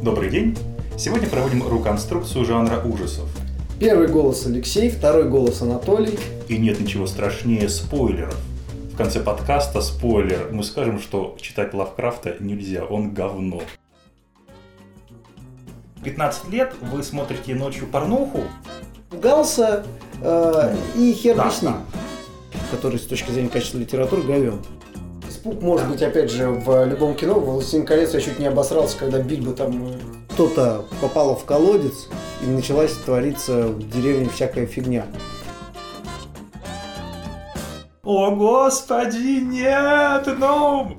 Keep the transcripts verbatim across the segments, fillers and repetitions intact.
Добрый день! Сегодня проводим реконструкцию жанра ужасов. Первый голос Алексей, второй голос Анатолий. И нет ничего страшнее спойлеров. В конце подкаста спойлер. Мы скажем, что читать Лавкрафта нельзя, он говно. пятнадцать лет вы смотрите ночью порнуху. Галса э, и хер Да, с ним, да. который с точки зрения качества литературы говен. Испуг может быть, опять же, в любом кино. В «Властелин колец» я чуть не обосрался, когда Бильбо там э, кто-то попало в колодец и началась твориться в деревне всякая фигня. О, господи, нет, ну!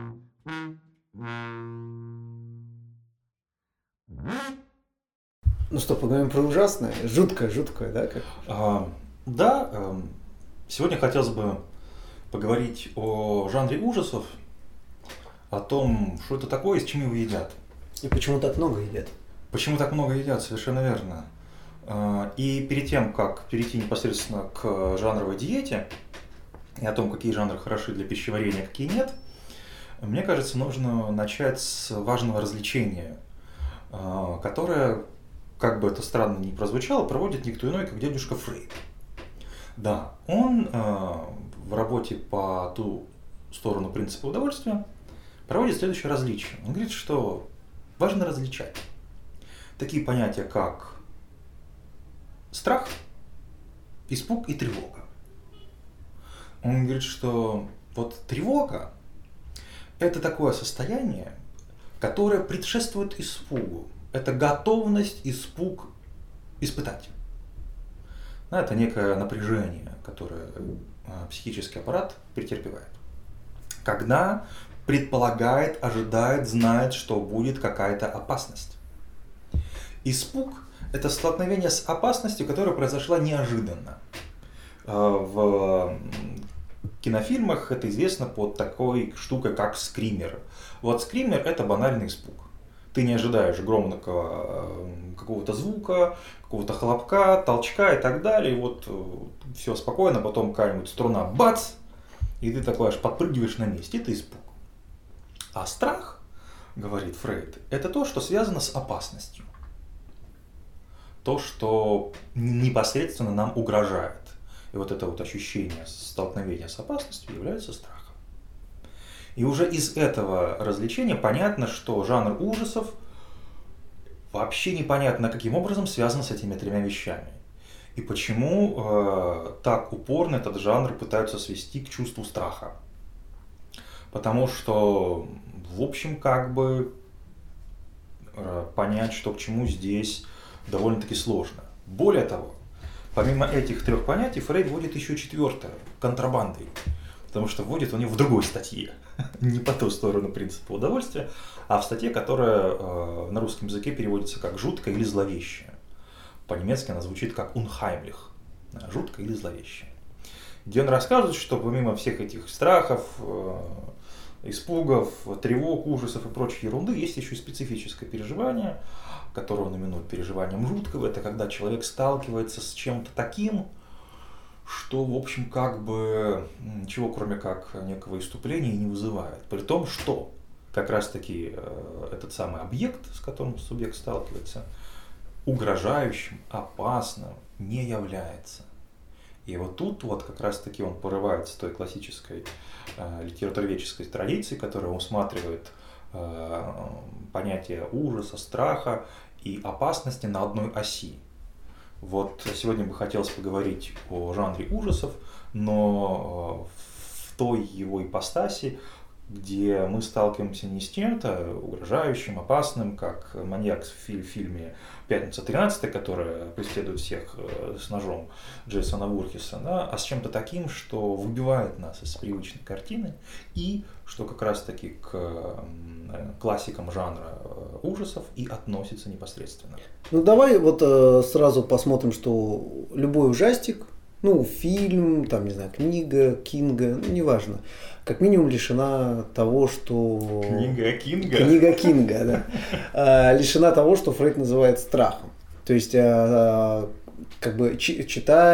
Ну что, поговорим про ужасное? Жуткое, жуткое, да? Как? А, да, э, сегодня хотелось бы поговорить о жанре ужасов, о том, что это такое и с чем его едят. И почему так много едят? Почему так много едят, совершенно верно. И перед тем, как перейти непосредственно к жанровой диете и о том, какие жанры хороши для пищеварения, какие нет, мне кажется, нужно начать с важного развлечения, которое, как бы это странно ни прозвучало, проводит никто иной, как дядюшка Фрейд. Да, он в работе по ту сторону принципа удовольствия проводит следующее различие. Он говорит, что важно различать такие понятия, как страх, испуг и тревога. Он говорит, что вот тревога – это такое состояние, которое предшествует испугу. Это готовность испуг испытать. Это некое напряжение, которое психический аппарат претерпевает. Когда предполагает, ожидает, знает, что будет какая-то опасность. Испуг – это столкновение с опасностью, которая произошла неожиданно. В кинофильмах это известно под такой штукой, как скример. Вот скример – это банальный испуг. Ты не ожидаешь громкого какого-то звука, какого-то хлопка, толчка и так далее. И вот все спокойно, потом какая-нибудь струна – бац! И ты такой аж подпрыгиваешь на месте. Это испуг. А страх, говорит Фрейд, это то, что связано с опасностью. То, что непосредственно нам угрожает. И вот это вот ощущение столкновения с опасностью является страхом. И уже из этого развлечения понятно, что жанр ужасов вообще непонятно каким образом связан с этими тремя вещами. И почему э, так упорно этот жанр пытаются свести к чувству страха. Потому что, в общем, как бы э, понять, что к чему здесь довольно-таки сложно. Более того, помимо этих трех понятий, Фрейд вводит еще четвертое – контрабандой. Потому что вводит он ее в другой статье, не по ту сторону принципа удовольствия, а в статье, которая э, на русском языке переводится как «жуткое» или «зловещее». По-немецки она звучит как «unheimlich» – «жуткое» или «зловещее». Где он рассказывает, что помимо всех этих страхов, э, испугов, тревог, ужасов и прочей ерунды, есть еще и специфическое переживание, которое он именует переживанием жуткого. Это когда человек сталкивается с чем-то таким, что, в общем, как бы ничего, кроме как некого исступления, не вызывает. При том, что как раз-таки э, этот самый объект, с которым субъект сталкивается, угрожающим, опасным не является. И вот тут вот как раз-таки он порывается с той классической э, литературоведческой традиции, которая усматривает э, понятие ужаса, страха и опасности на одной оси. Вот сегодня бы хотелось поговорить о жанре ужасов, но в той его ипостаси, где мы сталкиваемся не с чем-то угрожающим, опасным, как маньяк в фильме «Пятница тринадцатая», которая преследует всех с ножом Джейсона Вурхиса, да, а с чем-то таким, что выбивает нас из привычной картины и что как раз-таки к классикам жанра ужасов и относится непосредственно. Ну давай вот э, сразу посмотрим, что любой ужастик, ну фильм, там, не знаю, книга, Кинга, ну неважно, как минимум лишена того, что... Книга Кинга? Книга Кинга, да. Лишена того, что Фрейд называет страхом. То есть как бы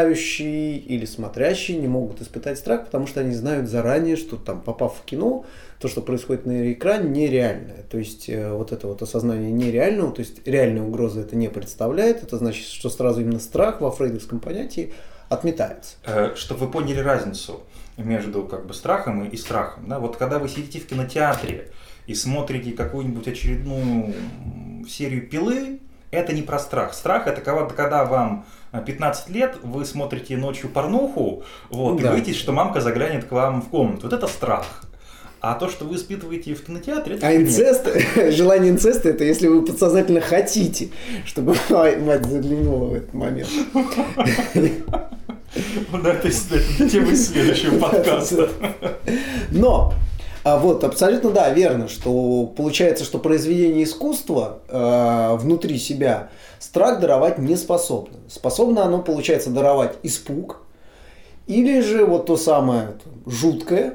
читающие или смотрящие не могут испытать страх, потому что они знают заранее, что там, попав в кино, то, что происходит на экране, нереальное. То есть вот это вот осознание нереального, то есть реальной угрозы это не представляет, это значит, что сразу именно страх во фрейдовском понятии отметается. Чтобы вы поняли разницу между как бы страхом и страхом. Да? Вот когда вы сидите в кинотеатре и смотрите какую-нибудь очередную серию «Пилы», это не про страх. Страх – это когда вам пятнадцать лет, вы смотрите ночью порнуху, вот, да. И боитесь, что мамка заглянет к вам в комнату. Вот это страх. А то, что вы испытываете в кинотеатре, это А инцест, желание инцеста, это если вы подсознательно хотите, чтобы мать заглянула в этот момент. Да, то есть это тема следующего подкаста. Но, а вот, абсолютно да, верно, что получается, что произведение искусства э, внутри себя страх даровать не способно. Способно оно, получается, даровать испуг, или же вот то самое жуткое,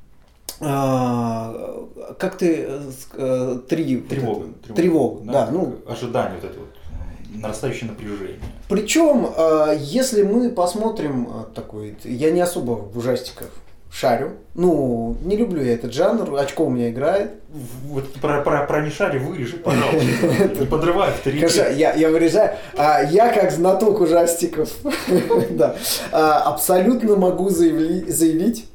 э, как ты, э, три... Тревога. Вот это, тревога, да. да ну, ожидание вот это вот. Нарастающее напряжение. Причем, если мы посмотрим такой, я не особо в ужастиках шарю, ну, не люблю я этот жанр, очко у меня играет. Вот про, про, про не шарю вырежи, пожалуйста, не подрывай авторитет. Хорошо, я, я вырезаю. Я как знаток ужастиков абсолютно могу заявить,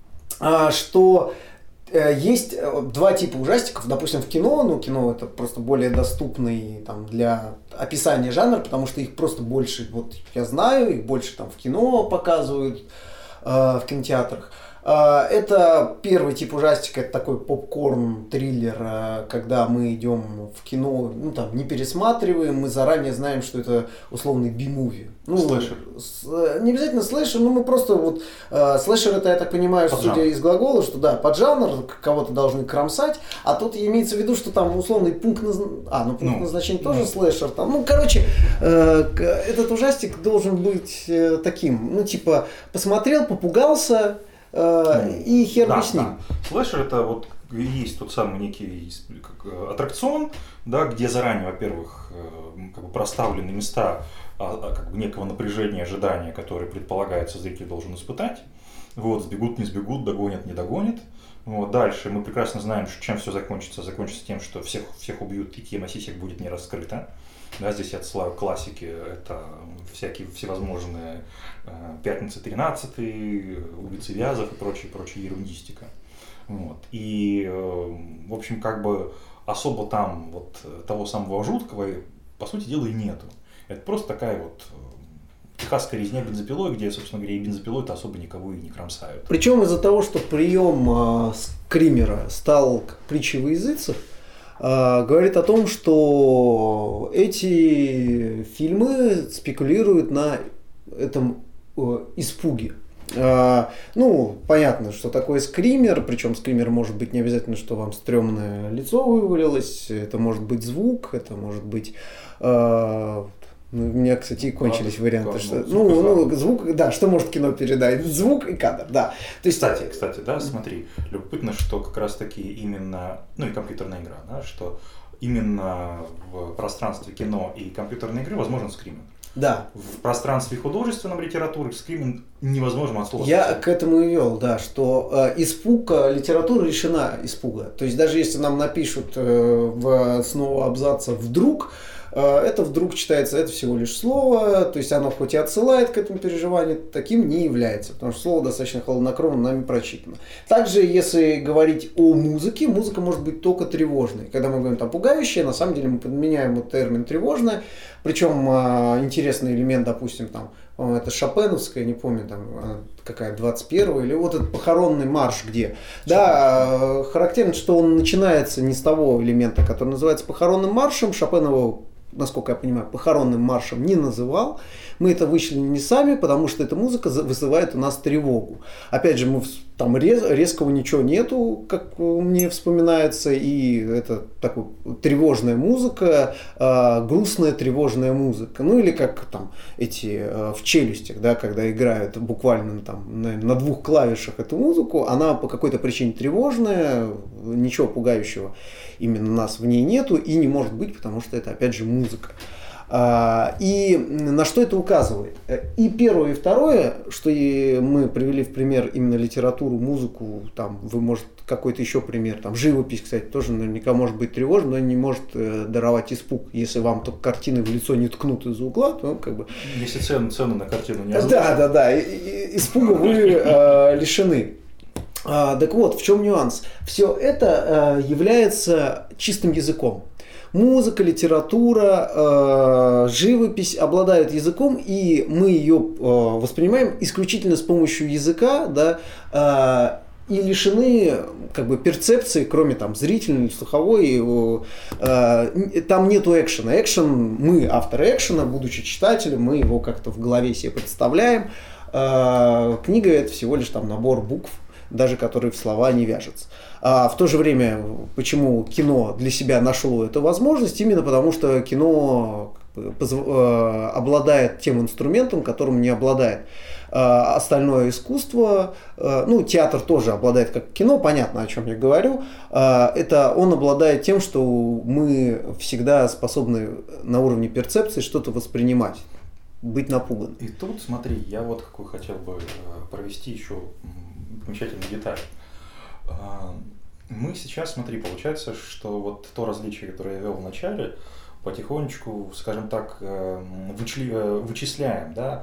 что есть два типа ужастиков, допустим, в кино, ну, кино это просто более доступный там, для описания жанра, потому что их просто больше, вот я знаю, их больше там в кино показывают, э, в кинотеатрах. Э, это первый тип ужастика, это такой попкорн-триллер, э, когда мы идем в кино, ну там не пересматриваем, мы заранее знаем, что это условный би-муви. Ну, слэшер. С, не обязательно слэшер, но мы просто вот э, слэшер это, я так понимаю, поджанр. Судя из глагола, что да, поджанр, кого-то должны кромсать, а тут имеется в виду, что там условный пункт назначения, а, ну пункт ну, назначения тоже ну. слэшер, там, ну короче, э, этот ужастик должен быть э, таким, ну типа посмотрел, попугался э, ну, и хер бы да, с ним. Да. Слэшер это вот есть тот самый некий как, аттракцион, да, где заранее, во-первых, как бы проставлены места как бы некого напряжения, ожидания, которое предполагается зритель должен испытать. Вот, сбегут, не сбегут, догонят, не догонят. Вот, дальше мы прекрасно знаем, чем все закончится. Закончится тем, что всех, всех убьют и тема сисек будет не раскрыта. Да, здесь я отсылаю к классике, это всякие всевозможные э, «Пятница тринадцатый», «Улицы Вязов» и прочая, прочая ерундистика. Вот. И, э, в общем, как бы особо там вот того самого жуткого, по сути дела, и нету. Это просто такая вот техасская резня бензопилой, где, собственно говоря, и бензопилой-то особо никого и не кромсают. Причем из-за того, что прием э, скримера стал притчей во языцах, э, говорит о том, что эти фильмы спекулируют на этом э, испуге. Э, ну, понятно, что такое скример, причем скример может быть не обязательно, что вам стрёмное лицо вывалилось, это может быть звук, это может быть... Э, Ну, у меня, кстати, и кончились кадр, варианты. Кадр, что, ну, ну, звук, да, что может кино передать? Звук и кадр, да. То есть, кстати, кстати, да, смотри, любопытно, что как раз таки именно, ну и компьютерная игра, да, что именно в пространстве кино и компьютерной игры возможен скриминг. Да. В пространстве художественной литературы скриминг невозможно от слова. Я совсем. К этому и вел, да, что э, испуг, литература лишена испуга. То есть даже если нам напишут э, в снова абзаца «вдруг», это вдруг читается, это всего лишь слово, то есть оно хоть и отсылает к этому переживанию, таким не является, потому что слово достаточно хладнокровно нами прочитано. Также, если говорить о музыке, музыка может быть только тревожной. Когда мы говорим там пугающая, на самом деле мы подменяем вот термин тревожная, причем интересный элемент, допустим, там, это шопеновская, не помню, там какая двадцать первая, или вот этот похоронный марш, где. Да, характерно, что он начинается не с того элемента, который называется похоронным маршем. Шопен его, насколько я понимаю, похоронным маршем не называл. Мы это вычленили не сами, потому что эта музыка вызывает у нас тревогу. Опять же, мы, там рез, резкого ничего нету, как мне вспоминается, и это такая тревожная музыка, э, грустная тревожная музыка. Ну или как там эти э, в «Челюстях», да, когда играют буквально там, на, на двух клавишах эту музыку, она по какой-то причине тревожная, ничего пугающего именно нас в ней нету и не может быть, потому что это опять же музыка. И на что это указывает? И первое, и второе, что и мы привели в пример именно литературу, музыку, там вы, может, какой-то еще пример, там живопись, кстати, тоже наверняка может быть тревожна, но не может э, даровать испуг. Если вам только картины в лицо не ткнут из-за угла, то как бы... Если цену, цену на картину не озвучат. Да, да, да, и, и, испуга вы э, лишены. А, так вот, в чем нюанс? Все это э, является чистым языком. Музыка, литература, э, живопись обладают языком, и мы ее э, воспринимаем исключительно с помощью языка, да, э, и лишены как бы перцепции, кроме там зрительной, слуховой, э, там нету экшена. Экшен, мы авторы экшена, будучи читателем, мы его как-то в голове себе представляем. Э, книга это всего лишь там набор букв, даже которые в слова не вяжутся. А в то же время, почему кино для себя нашло эту возможность? Именно потому, что кино обладает тем инструментом, которым не обладает остальное искусство. Ну, театр тоже обладает как кино, понятно, о чем я говорю. Это он обладает тем, что мы всегда способны на уровне перцепции что-то воспринимать, быть напуган. И тут, смотри, я вот какую хотел бы провести еще замечательную деталь. Мы сейчас, смотри, получается, что вот то различие, которое я вел в начале, потихонечку, скажем так, вычли, вычисляем, да,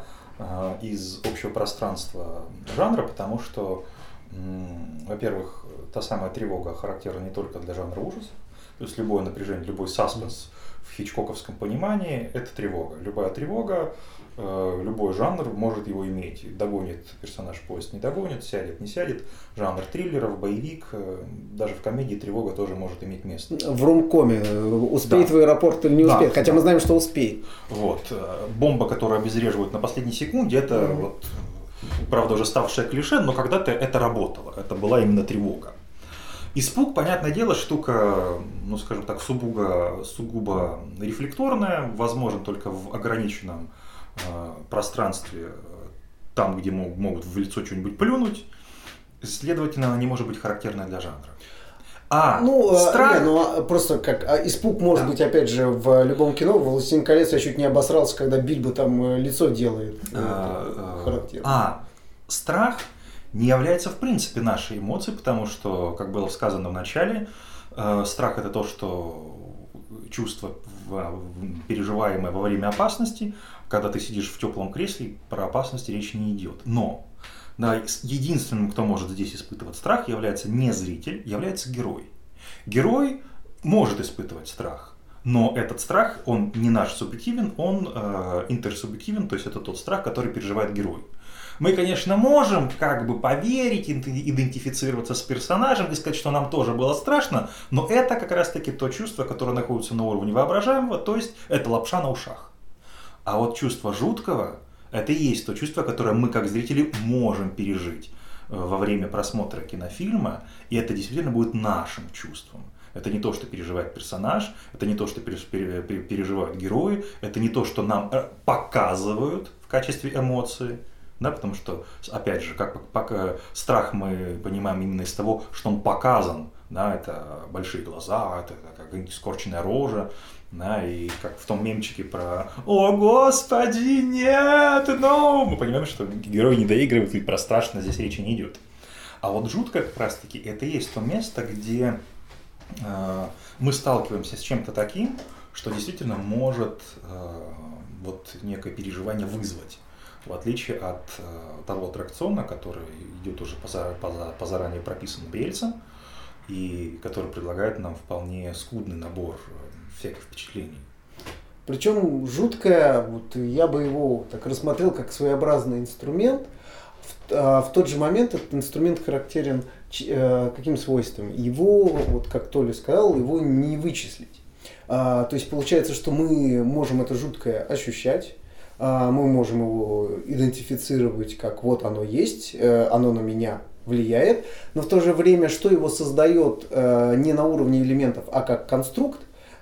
из общего пространства жанра, потому что, во-первых, та самая тревога характерна не только для жанра ужасов, то есть любое напряжение, любой саспенс в хичкоковском понимании – это тревога. Любая тревога, любой жанр может его иметь. Догонит персонаж поезд, не догонит, сядет, не сядет. Жанр триллеров, боевик, даже в комедии тревога тоже может иметь место. В ромкоме успеет да. в аэропорт или не успеет, да, хотя да. мы знаем, что успеет. Вот. Бомба, которую обезвреживают на последней секунде, это mm-hmm. вот, правда, уже ставшее клише, но когда-то это работало, это была именно тревога. Испуг, понятное дело, штука, ну скажем так, сугубо, сугубо рефлекторная, возможно только в ограниченном э, пространстве, там, где мог, могут в лицо что-нибудь плюнуть, следовательно, она не может быть характерна для жанра. А ну, страх... Не, ну, просто как а испуг может да. быть, опять же, в любом кино. В «Властелин колец» я чуть не обосрался, когда Бильбо там лицо делает. А, характерно. А страх не является в принципе нашей эмоцией, потому что, как было сказано в начале, э, страх – это то, что чувство, в, переживаемое во время опасности. Когда ты сидишь в теплом кресле, про опасность речи не идет. Но да, единственным, кто может здесь испытывать страх, является не зритель, является герой. Герой может испытывать страх, но этот страх, он не наш субъективен, он э, интерсубъективен, то есть это тот страх, который переживает герой. Мы, конечно, можем как бы поверить, идентифицироваться с персонажем и сказать, что нам тоже было страшно, но это как раз-таки то чувство, которое находится на уровне воображаемого, то есть это лапша на ушах. А вот чувство жуткого, это и есть то чувство, которое мы как зрители можем пережить во время просмотра кинофильма, и это действительно будет нашим чувством. Это не то, что переживает персонаж, это не то, что переживают герои, это не то, что нам показывают в качестве эмоции. Да, потому что, опять же, как, как страх мы понимаем именно из того, что он показан. Да, это большие глаза, это как скорченная рожа. Да, и как в том мемчике про «О, Господи, нет, но!» Мы понимаем, что герой не доигрывает, и про страшно здесь речи не идет. А вот жутко как раз таки это и есть то место, где э, мы сталкиваемся с чем-то таким, что действительно может э, вот некое переживание вызвать. В отличие от э, того аттракциона, который идет уже по, по, по заранее прописанным рельсам и который предлагает нам вполне скудный набор всяких впечатлений. Причем жуткое, вот я бы его так рассмотрел как своеобразный инструмент. В, а, в тот же момент этот инструмент характерен э, каким свойством? Его, вот как Толя сказал, его не вычислить. А, то есть получается, что мы можем это жуткое ощущать. Мы можем его идентифицировать как вот оно есть, оно на меня влияет, но в то же время, что его создает не на уровне элементов, а как конструкт,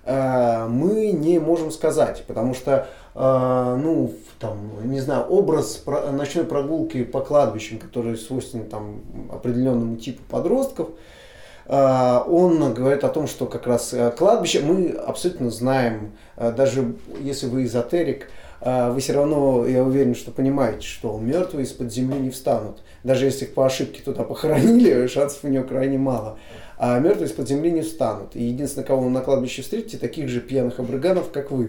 мы не можем сказать, потому что, ну, там, не знаю, образ ночной прогулки по кладбищам, который свойственен там определенному типу подростков, он говорит о том, что как раз кладбище, мы абсолютно знаем, даже если вы эзотерик, вы все равно, я уверен, что понимаете, что мертвые из-под земли не встанут. Даже если их по ошибке туда похоронили, шансов у него крайне мало. А мертвые из-под земли не встанут. И единственное, кого вы на кладбище встретите, таких же пьяных абрыганов, как вы.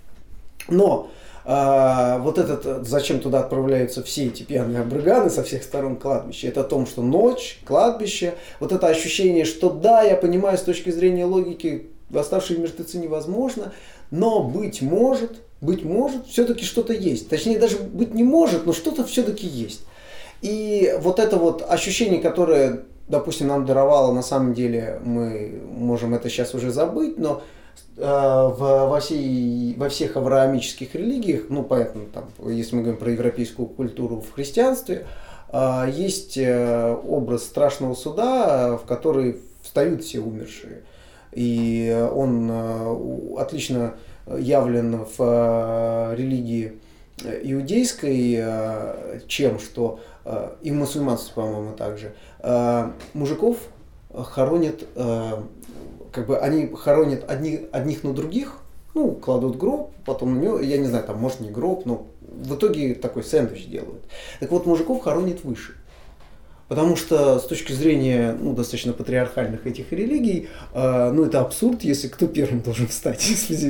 Но а, вот этот, зачем туда отправляются все эти пьяные абрыганы со всех сторон кладбища, это о том, что ночь, кладбище, вот это ощущение, что да, я понимаю, с точки зрения логики, восставшие мертвецы невозможно, но быть может, быть может, все-таки что-то есть. Точнее, даже быть не может, но что-то все-таки есть. И вот это вот ощущение, которое, допустим, нам даровало, на самом деле, мы можем это сейчас уже забыть, но В, во, всей, во всех авраамических религиях, ну, поэтому, там, если мы говорим про европейскую культуру в христианстве, есть образ страшного суда, в который встают все умершие. И он отлично явлен в религии иудейской, чем что, и в мусульманстве, по-моему, также, мужиков хоронят, как бы они хоронят одни, одних на других, ну, кладут гроб, потом на него, я не знаю, там, может, не гроб, но в итоге такой сэндвич делают. Так вот, мужиков хоронят выше. Потому что с точки зрения, ну, достаточно патриархальных этих религий, э, ну, это абсурд, если кто первым должен встать,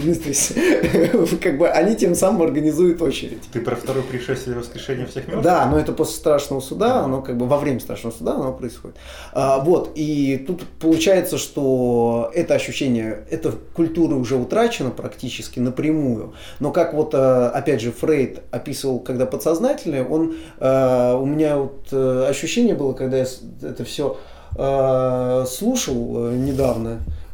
если как бы они тем самым организуют очередь. Ты про второе пришествие и воскрешение всех мертвых? Да, но это после страшного суда, оно как бы во время страшного суда оно происходит. А, вот, и тут получается, что это ощущение, эта культура уже утрачена практически напрямую. Но как вот, опять же, Фрейд описывал, когда подсознательное, он, у меня вот ощущение было, когда я это все э, слушал э, недавно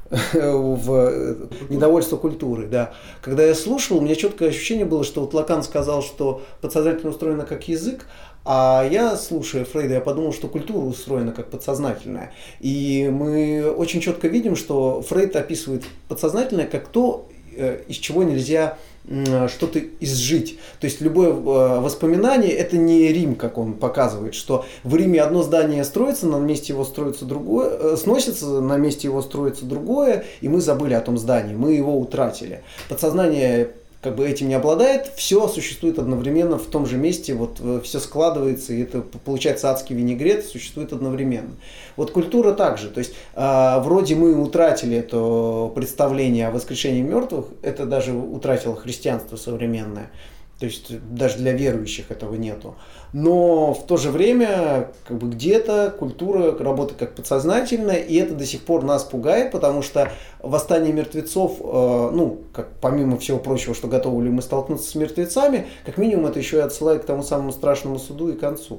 в «Недовольство культуры», да. Когда я слушал, у меня четкое ощущение было, что вот Лакан сказал, что подсознательно устроено как язык, а я, слушая Фрейда, я подумал, что культура устроена как подсознательная. И мы очень четко видим, что Фрейд описывает подсознательное как то, э, из чего нельзя что-то изжить. То есть любое воспоминание — это не Рим, как он показывает, что в Риме одно здание строится, на месте его строится другое, сносится, на месте его строится другое, и мы забыли о том здании, мы его утратили. Подсознание как бы этим не обладает, все существует одновременно в том же месте, вот все складывается, и это получается адский винегрет, существует одновременно. Вот культура также, то есть э, вроде мы утратили это представление о воскрешении мертвых, это даже утратило христианство современное, то есть даже для верующих этого нету. Но в то же время как бы где-то культура работает как подсознательная, и это до сих пор нас пугает, потому что восстание мертвецов, э, ну, как помимо всего прочего, что готовы ли мы столкнуться с мертвецами, как минимум это еще и отсылает к тому самому страшному суду и концу.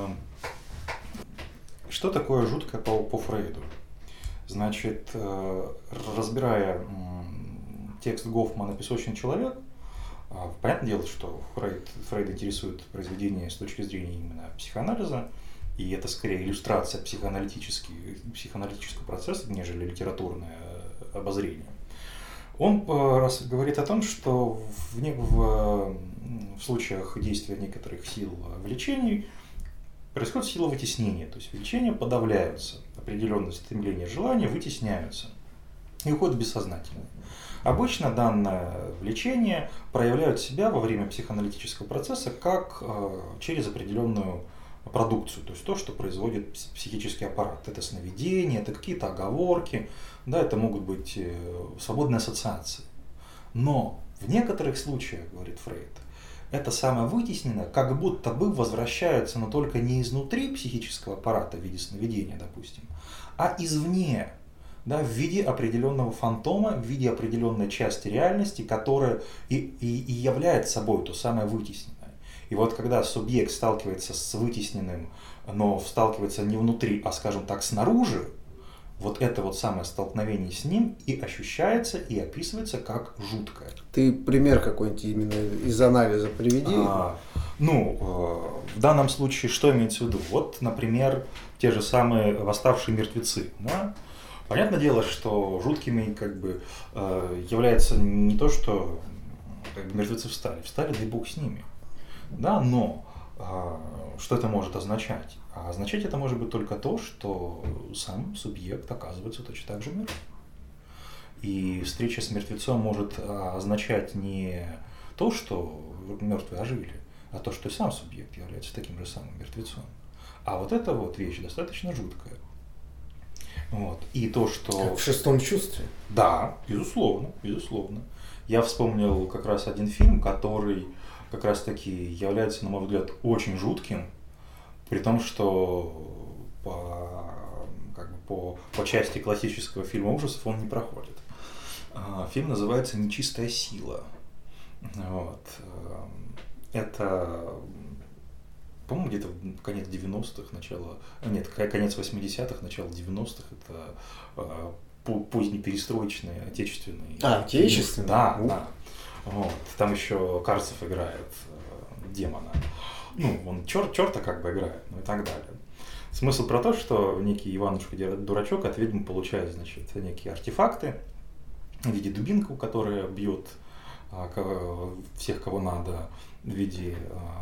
Что такое жуткое по, по Фрейду? Значит, э, разбирая э, текст Гофмана «Песочный человек», понятное дело, что Фрейд, Фрейд интересует произведение с точки зрения именно психоанализа, и это скорее иллюстрация психоаналитического процесса, нежели литературное обозрение. Он раз говорит о том, что в, в, в случаях действия некоторых сил влечений происходит сила вытеснения, то есть влечения подавляются, определенные стремления, желания вытесняются и уходят в бессознательное. Обычно данное влечение проявляют себя во время психоаналитического процесса как э, через определенную продукцию, то есть то, что производит психический аппарат. Это сновидения, это какие-то оговорки, да, это могут быть э, свободные ассоциации. Но в некоторых случаях, говорит Фрейд, это самое вытесненное как будто бы возвращается, но только не изнутри психического аппарата в виде сновидения, допустим, а извне. Да, в виде определенного фантома, в виде определенной части реальности, которая и, и, и является собой то самое вытесненное. И вот когда субъект сталкивается с вытесненным, но сталкивается не внутри, а, скажем так, снаружи, вот это вот самое столкновение с ним и ощущается, и описывается как жуткое. Ты пример какой-нибудь именно из анализа приведи. А, ну, в данном случае что имеется в виду? Вот, например, те же самые восставшие мертвецы, да? Понятное дело, что жуткими как бы э, является не то, что как бы, мертвецы встали, встали, дай бог с ними, да, но что это может означать? А означать это может быть только то, что сам субъект оказывается точно так же мертв. И встреча с мертвецом может означать не то, что мертвые ожили, а то, что и сам субъект является таким же самым мертвецом. А вот эта вот вещь достаточно жуткая. Вот. И то, что... Как в «Шестом чувстве». Да, безусловно, безусловно. Я вспомнил как раз один фильм, который как раз таки является, на мой взгляд, очень жутким, при том, что по, как бы по, по части классического фильма ужасов он не проходит. Фильм называется «Нечистая сила». Вот. Это, по-моему, где-то конец девяностых, начало, нет, конец восьмидесятых, начало девяностых, это позднеперестроечный, отечественный. А, отечественный? Да, Ух. да. Вот. Там еще Карцев играет э, демона. Ну, он черт, черта как бы играет, ну и так далее. Смысл про то, что некий Иванушка-дурачок от ведьмы получает, значит, некие артефакты в виде дубинку, которая бьет а, всех, кого надо, в виде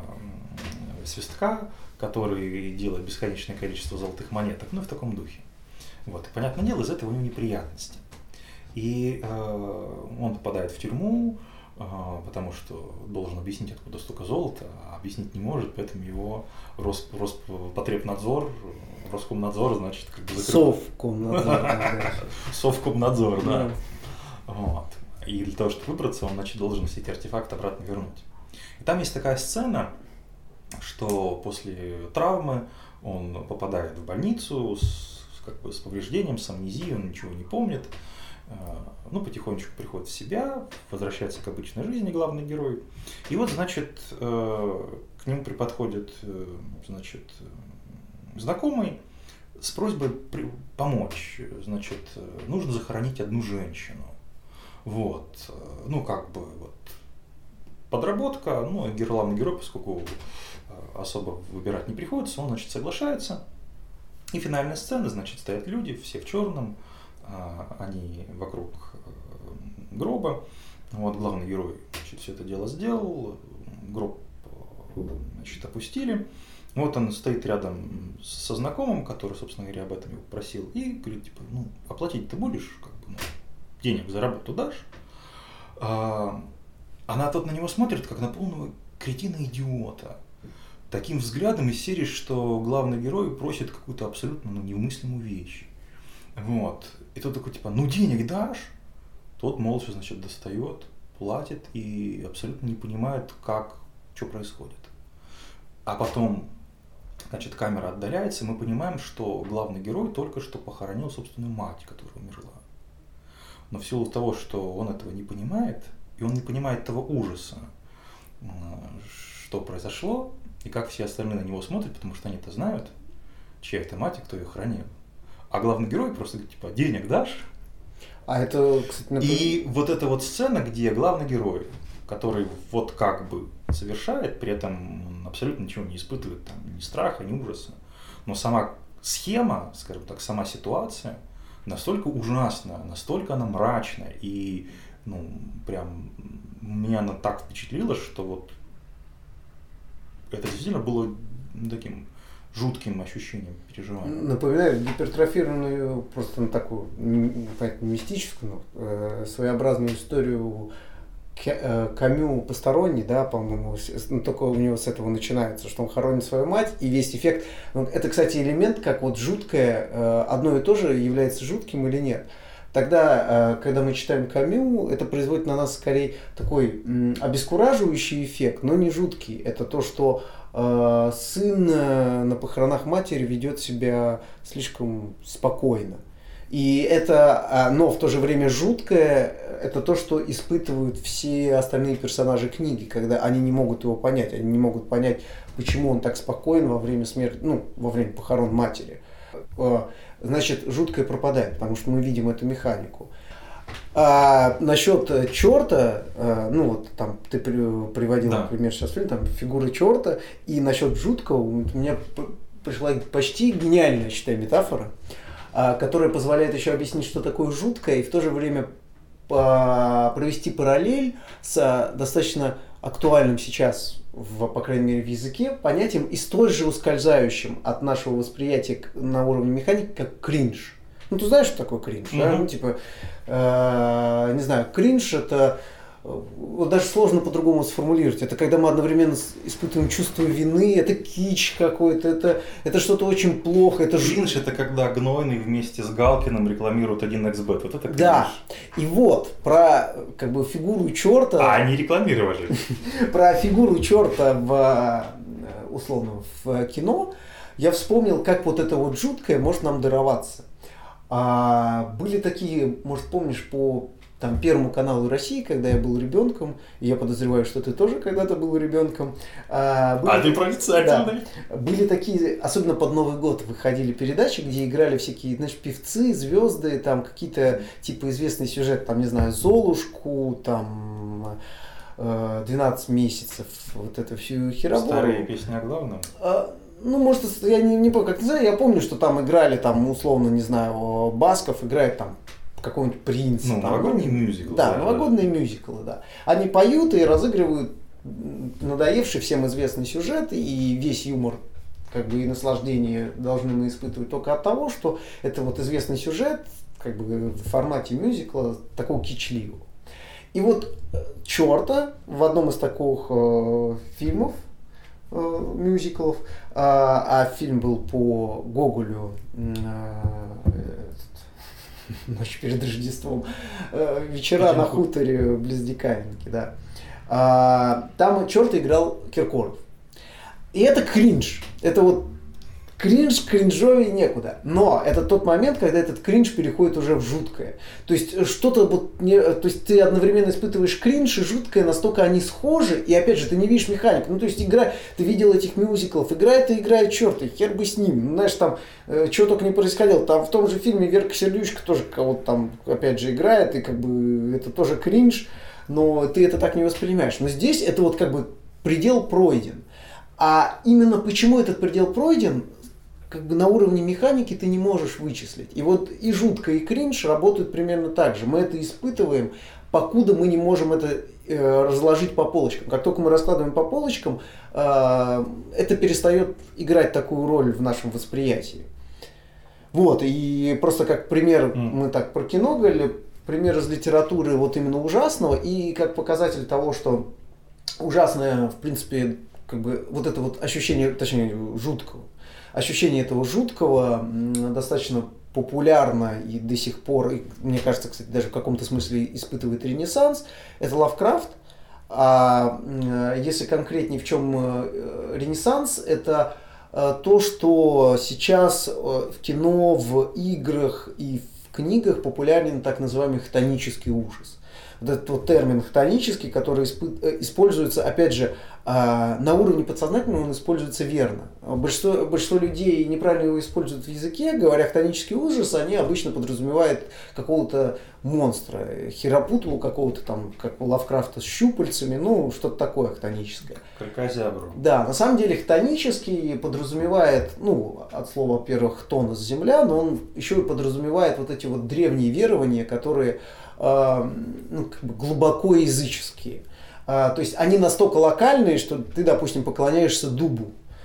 а, свистка, который делает бесконечное количество золотых монеток, ну, в таком духе. Вот. И, понятное дело, из этого у него неприятности. И э, он попадает в тюрьму, э, потому что должен объяснить, откуда столько золота, а объяснить не может, поэтому его Рос, Роспотребнадзор, Роскомнадзор, значит, как бы закрыл. Совкомнадзор. Совкомнадзор, да. Вот. И для того, чтобы выбраться, он, значит, должен все эти артефакты обратно вернуть. И там есть такая сцена, что после травмы он попадает в больницу с, как бы, с повреждением, с амнезией, он ничего не помнит. Ну, потихонечку приходит в себя, возвращается к обычной жизни главный герой. И вот, значит, к нему подходит, значит, знакомый с просьбой помочь. Значит, нужно захоронить одну женщину. Вот. Ну, как бы, вот. Подработка, ну, и главный герой, поскольку особо выбирать не приходится, он, значит, соглашается. И финальная сцена, значит, стоят люди, все в черном. Они вокруг гроба. Вот, главный герой, значит, все это дело сделал, гроб, значит, опустили. Вот он стоит рядом со знакомым, который, собственно говоря, об этом его просил, и говорит, типа, ну, оплатить ты будешь, как бы, ну, денег за работу дашь. А, она тут на него смотрит, как на полного кретина-идиота. Таким взглядом из серии, что главный герой просит какую-то абсолютно, ну, немыслимую вещь. Вот. И тот такой, типа, ну денег дашь? Тот молча, значит, достает, платит и абсолютно не понимает, как, что происходит. А потом, значит, камера отдаляется, и мы понимаем, что главный герой только что похоронил собственную мать, которая умерла. Но в силу того, что он этого не понимает, и он не понимает того ужаса, что произошло, и как все остальные на него смотрят, потому что они-то знают, чья это мать и кто ее хранил. А главный герой просто говорит, типа, денег дашь? А это, кстати, например... И вот эта вот сцена, где главный герой, который вот как бы совершает, при этом он абсолютно ничего не испытывает, там, ни страха, ни ужаса, но сама схема, скажем так, сама ситуация настолько ужасна, настолько она мрачная, и, ну, прям меня она так впечатлила, что вот это действительно было таким жутким ощущением, переживанием. Напоминает гипертрофированную, просто на такую, понятно, мистическую, э, своеобразную историю э, Камю «Посторонний», да, по-моему, ну, только у него с этого начинается, что он хоронит свою мать, и весь эффект. Это, кстати, элемент, как вот жуткое, э, одно и то же является жутким или нет. Тогда, э, когда мы читаем Камю, это производит на нас скорее такой м, обескураживающий эффект, но не жуткий. Это то, что сын на похоронах матери ведет себя слишком спокойно. И это, но в то же время жуткое, это то, что испытывают все остальные персонажи книги, когда они не могут его понять, они не могут понять, почему он так спокоен во время смерти, ну, во время похорон матери. Значит, жуткое пропадает, потому что мы видим эту механику. А насчет черта, ну вот там ты приводил, да, например, сейчас фильм, там фигуры черта, и насчет жуткого у меня пришла почти гениальная, считаю, метафора, которая позволяет еще объяснить, что такое жуткое, и в то же время э, провести параллель с достаточно актуальным сейчас, в, по крайней мере, в языке, понятием и столь же ускользающим от нашего восприятия на уровне механики, как кринж. Ну, ты знаешь, что такое кринж, mm-hmm. да? Ну, типа, э, не знаю, кринж это, вот даже сложно по-другому сформулировать. Это когда мы одновременно испытываем чувство вины, это кич какой-то, это, это что-то очень плохо. Это кринж это когда Гнойный вместе с Галкиным рекламируют один икс бет. Вот это кринж. Да. И вот, про как бы фигуру черта... А, они рекламировали. Про фигуру черта в, условно, в кино я вспомнил, как вот это вот жуткое может нам дароваться. А, были такие, может, помнишь, по там, Первому каналу России, когда я был ребенком, и я подозреваю, что ты тоже когда-то был ребенком. А, были, а ты проницательный. Да, были такие, особенно под Новый год выходили передачи, где играли всякие, знаешь, певцы, звезды, там какие-то, типа, известный сюжет, там, не знаю, Золушку, там, двенадцать месяцев, вот это всю херобору. Старые песни о главном? А, ну, может, я не, не помню, как называю, я помню, что там играли, там, условно, не знаю, Басков играет там какого-нибудь принца. Ну, там, новогодние мюзиклы. Да, да, новогодние да. мюзиклы, да. Они поют и разыгрывают надоевший всем известный сюжет, и весь юмор, как бы, и наслаждение должны мы испытывать только от того, что это вот известный сюжет, как бы, в формате мюзикла, такого кичливого. И вот черта в одном из таких э, фильмов, мюзиклов, а, а фильм был по Гоголю «Ночь перед Рождеством», «Вечера на хуторе близ Диканьки», да. А, там черт играл Киркоров. И это кринж. Это вот кринж, кринжовее некуда. Но это тот момент, когда этот кринж переходит уже в жуткое. То есть что-то вот не, то есть ты одновременно испытываешь кринж и жуткое, настолько они схожи, и опять же ты не видишь механику. Ну то есть игра, ты видел этих мюзиклов, играет и играет черт, и хер бы с ним. Ну, знаешь, там э, чего только не происходило. Там в том же фильме Верка Сердючка тоже кого-то там опять же играет, и как бы это тоже кринж, но ты это так не воспринимаешь. Но здесь это вот как бы предел пройден. А именно почему этот предел пройден, как бы на уровне механики ты не можешь вычислить. И вот и жутко, и кринж работают примерно так же. Мы это испытываем, покуда мы не можем это э, разложить по полочкам. Как только мы раскладываем по полочкам, э, это перестает играть такую роль в нашем восприятии. Вот, и просто как пример, mm. мы так про кино говорили, пример из литературы вот именно ужасного, и как показатель того, что ужасное, в принципе, как бы вот это вот ощущение, точнее, жуткого. Ощущение этого жуткого достаточно популярно и до сих пор, и, мне кажется, кстати, даже в каком-то смысле испытывает ренессанс. Это Лавкрафт. А если конкретнее, в чем ренессанс, это то, что сейчас в кино, в играх и в книгах популярен так называемый хтонический ужас. Вот этот вот термин хтонический, который используется, опять же, на уровне подсознательного, он используется верно. Большинство, большинство людей неправильно его используют в языке, говоря хтонический ужас, они обычно подразумевают какого-то монстра, хиропутлу какого-то там, как у Лавкрафта, с щупальцами, ну, что-то такое хтоническое. Кракозябру. Да, на самом деле хтонический подразумевает, ну, от слова, во-первых, хтонос, земля, но он еще и подразумевает вот эти вот древние верования, которые э, ну, как бы глубоко языческие. То есть они настолько локальные, что ты, допустим, поклоняешься дубу.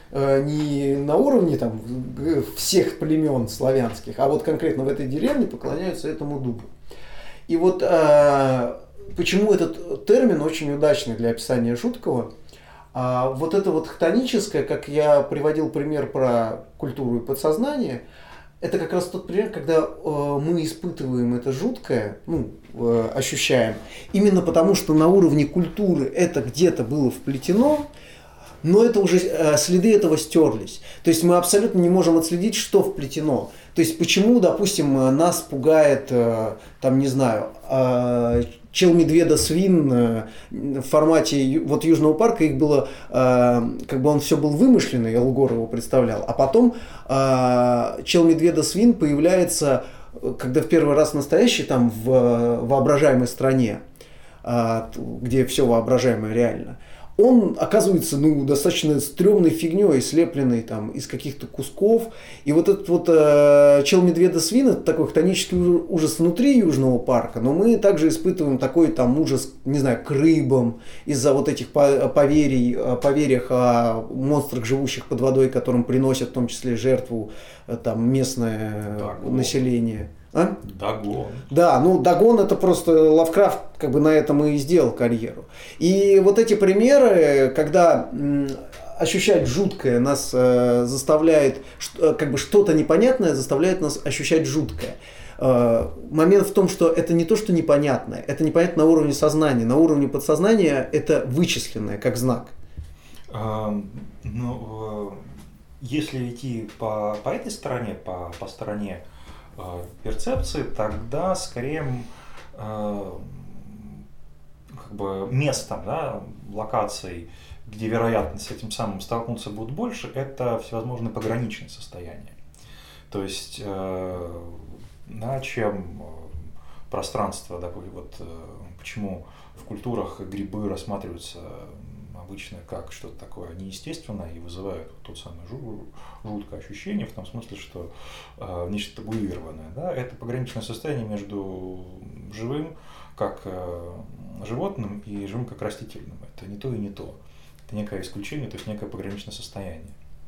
Не на уровне там, всех племен славянских, а вот конкретно в этой деревне поклоняются этому дубу. И вот почему этот термин очень удачный для описания жуткого. Вот это вот хтоническое, как я приводил пример про культуру и подсознание, это как раз тот пример, когда э, мы испытываем это жуткое, ну, э, ощущаем, именно потому, что на уровне культуры это где-то было вплетено, но это уже э, следы этого стерлись. То есть мы абсолютно не можем отследить, что вплетено. То есть почему, допустим, нас пугает, э, там, не знаю, э, чел-медведа-свин э, в формате вот Южного парка, их было, э, как бы он все был вымышленный, Эл Гор его представлял, а потом э, чел-медведа-свин появляется, когда в первый раз настоящий там в воображаемой стране, э, где все воображаемое реально. он оказывается, ну, достаточно стрёмной фигней, слепленной там из каких-то кусков. И вот этот вот э, Чел Медведа Свин — это такой хтонический ужас внутри Южного парка, но мы также испытываем такой там ужас, не знаю, к рыбам, из-за вот этих поверий, поверьях о монстрах, живущих под водой, которым приносят в том числе жертву там местное Дагон. население. А? Дагон. Да, ну Дагон — это просто Лавкрафт как бы на этом и сделал карьеру. И вот эти примеры, когда м, ощущать жуткое нас э, заставляет, ш, как бы что-то непонятное заставляет нас ощущать жуткое. Э, момент в том, что это не то, что непонятное, это непонятно на уровне сознания, на уровне подсознания это вычисленное как знак. А, ну, если идти по, по этой стороне, по, по стороне перцепции, тогда скорее э, как бы местом, да, локацией, где вероятность с этим самым столкнуться будет больше, это всевозможные пограничные состояния. То есть, э, да, чем пространство, да, вот э, почему в культурах грибы рассматриваются обычно как что-то такое неестественное и вызывают тот самый жуткое ощущение, в том смысле, что э, нечто табуированное. Да? Это пограничное состояние между живым как э, животным и живым как растительным. Это не то и не то. Это некое исключение, то есть некое пограничное состояние.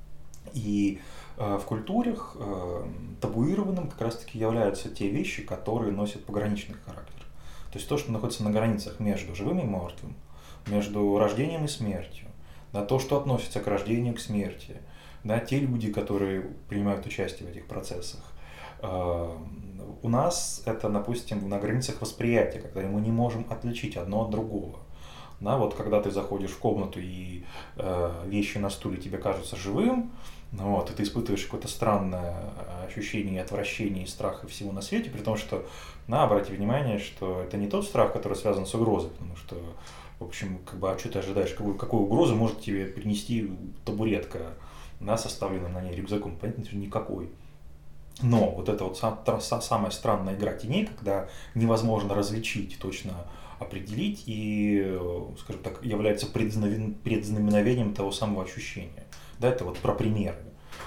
И э, в культурах э, табуированным как раз-таки являются те вещи, которые носят пограничный характер. То есть то, что находится на границах между живым и мертвым, между рождением и смертью, да, то, что относится к рождению, к смерти, да, те люди, которые принимают участие в этих процессах. Э, у нас это, допустим, на границах восприятия, когда мы не можем отличить одно от другого. Да, вот когда ты заходишь в комнату и э, вещи на стуле тебе кажутся живым, вот, и ты испытываешь какое-то странное ощущение отвращения и страха всего на свете, при том, что, на, обрати внимание, что это не тот страх, который связан с угрозой, потому что, в общем, как бы, а что ты ожидаешь, какую, какую угрозу может тебе принести табуретка, да, составленная на ней рюкзаком? Понятно, что никакой. Но вот эта вот сам, та, самая странная игра теней, когда невозможно различить, точно определить, и, скажем так, является предзнаменовением того самого ощущения. Да, это вот про примеры,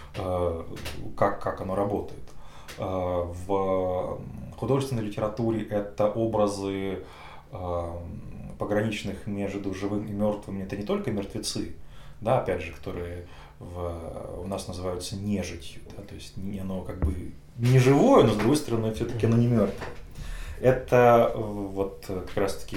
как, как оно работает. В художественной литературе это образы пограничных между живым и мертвым. Это не только мертвецы, да, опять же, которые в, у нас называются нежитью, да, то есть оно как бы не живое, но с другой стороны все-таки оно не мертвое. Это вот как раз-таки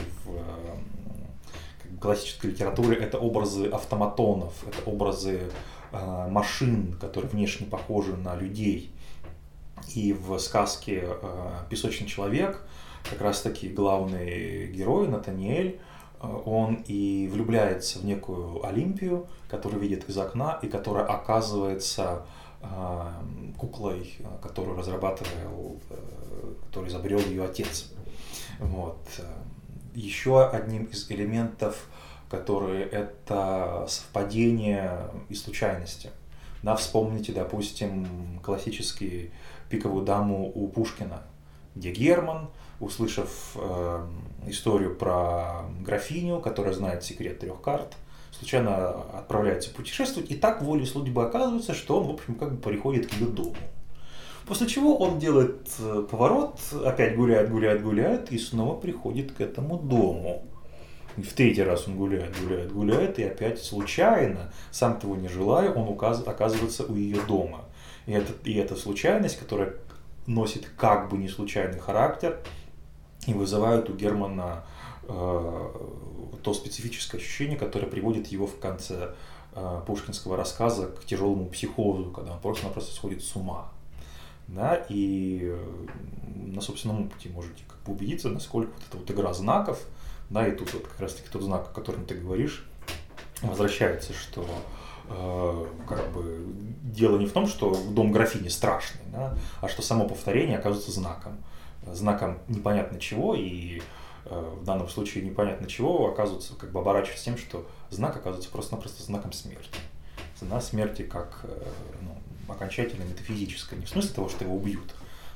в классической литературе это образы автоматонов, это образы э, машин, которые внешне похожи на людей. И в сказке э, «Песочный человек» как раз-таки главный герой Натаниэль, э, он и влюбляется в некую Олимпию, которую видит из окна и которая оказывается э, куклой, которую разрабатывал, э, который изобрел ее отец. Вот. Еще одним из элементов, которые это совпадение и случайности. Да, вспомните, допустим, классический «Пиковую даму» у Пушкина, где Герман, услышав э, историю про графиню, которая знает секрет трех карт, случайно отправляется путешествовать, и так волей судьбы оказывается, что он, в общем, как бы приходит к ее дому. После чего он делает поворот, опять гуляет, гуляет, гуляет, и снова приходит к этому дому. И в третий раз он гуляет, гуляет, гуляет, и опять случайно, сам того не желая, он указ, оказывается у ее дома. И это, и эта случайность, которая носит как бы не случайный характер, и вызывает у Германа э, то специфическое ощущение, которое приводит его в конце э, пушкинского рассказа к тяжелому психозу, когда он просто-напросто сходит с ума. Да, и на собственном опыте можете как бы убедиться, насколько вот эта вот игра знаков, да, и тут вот как раз таки тот знак, о котором ты говоришь, возвращается, что э, как бы дело не в том, что дом графини страшный, да, а что само повторение оказывается знаком, знаком непонятно чего, и э, в данном случае непонятно чего оказывается, как бы оборачивается тем, что знак оказывается просто-напросто знаком смерти. Цена смерти как э, ну, окончательно метафизическая, не в смысле того, что его убьют,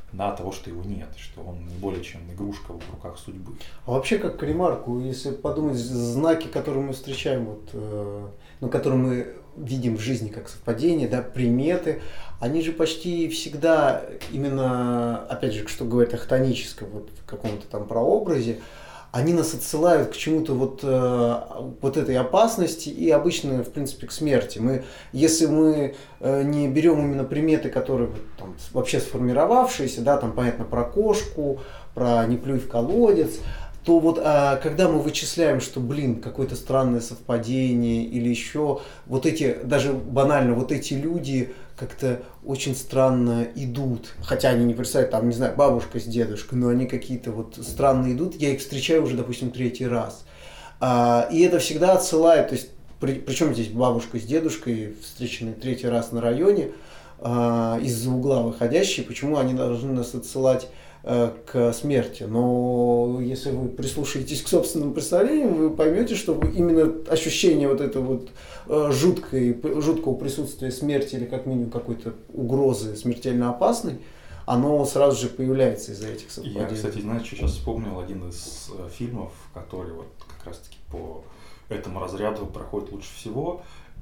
да, того, что его нет, что он не более чем игрушка в руках судьбы. А вообще, как ремарку, если подумать, знаки, которые мы встречаем, вот, э, ну, которые мы видим в жизни как совпадение, да, приметы, они же почти всегда именно, опять же, что говорит о хтоническом, вот, каком-то там прообразе, они нас отсылают к чему-то вот, э, вот этой опасности и обычно, в принципе, к смерти. Мы, если мы э, не берем именно приметы, которые там, вообще сформировавшиеся, да, там понятно про кошку, про не плюй в колодец, то вот а, когда мы вычисляем, что, блин, какое-то странное совпадение или еще вот эти, даже банально, вот эти люди как-то очень странно идут, хотя они не представляют, там, не знаю, бабушка с дедушкой, но они какие-то вот странно идут, я их встречаю уже, допустим, третий раз. А, и это всегда отсылает, то есть, при, причем здесь бабушка с дедушкой, встреченные третий раз на районе, а, из-за угла выходящие, почему они должны нас отсылать к смерти. Но если вы прислушаетесь к собственным представлениям, вы поймете, что именно ощущение вот этого вот жуткой, жуткого присутствия смерти или как минимум какой-то угрозы смертельно опасной, оно сразу же появляется из-за этих совпадений. Я, кстати, знаете, что сейчас вспомнил один из фильмов, который вот как раз-таки по этому разряду проходит лучше всего.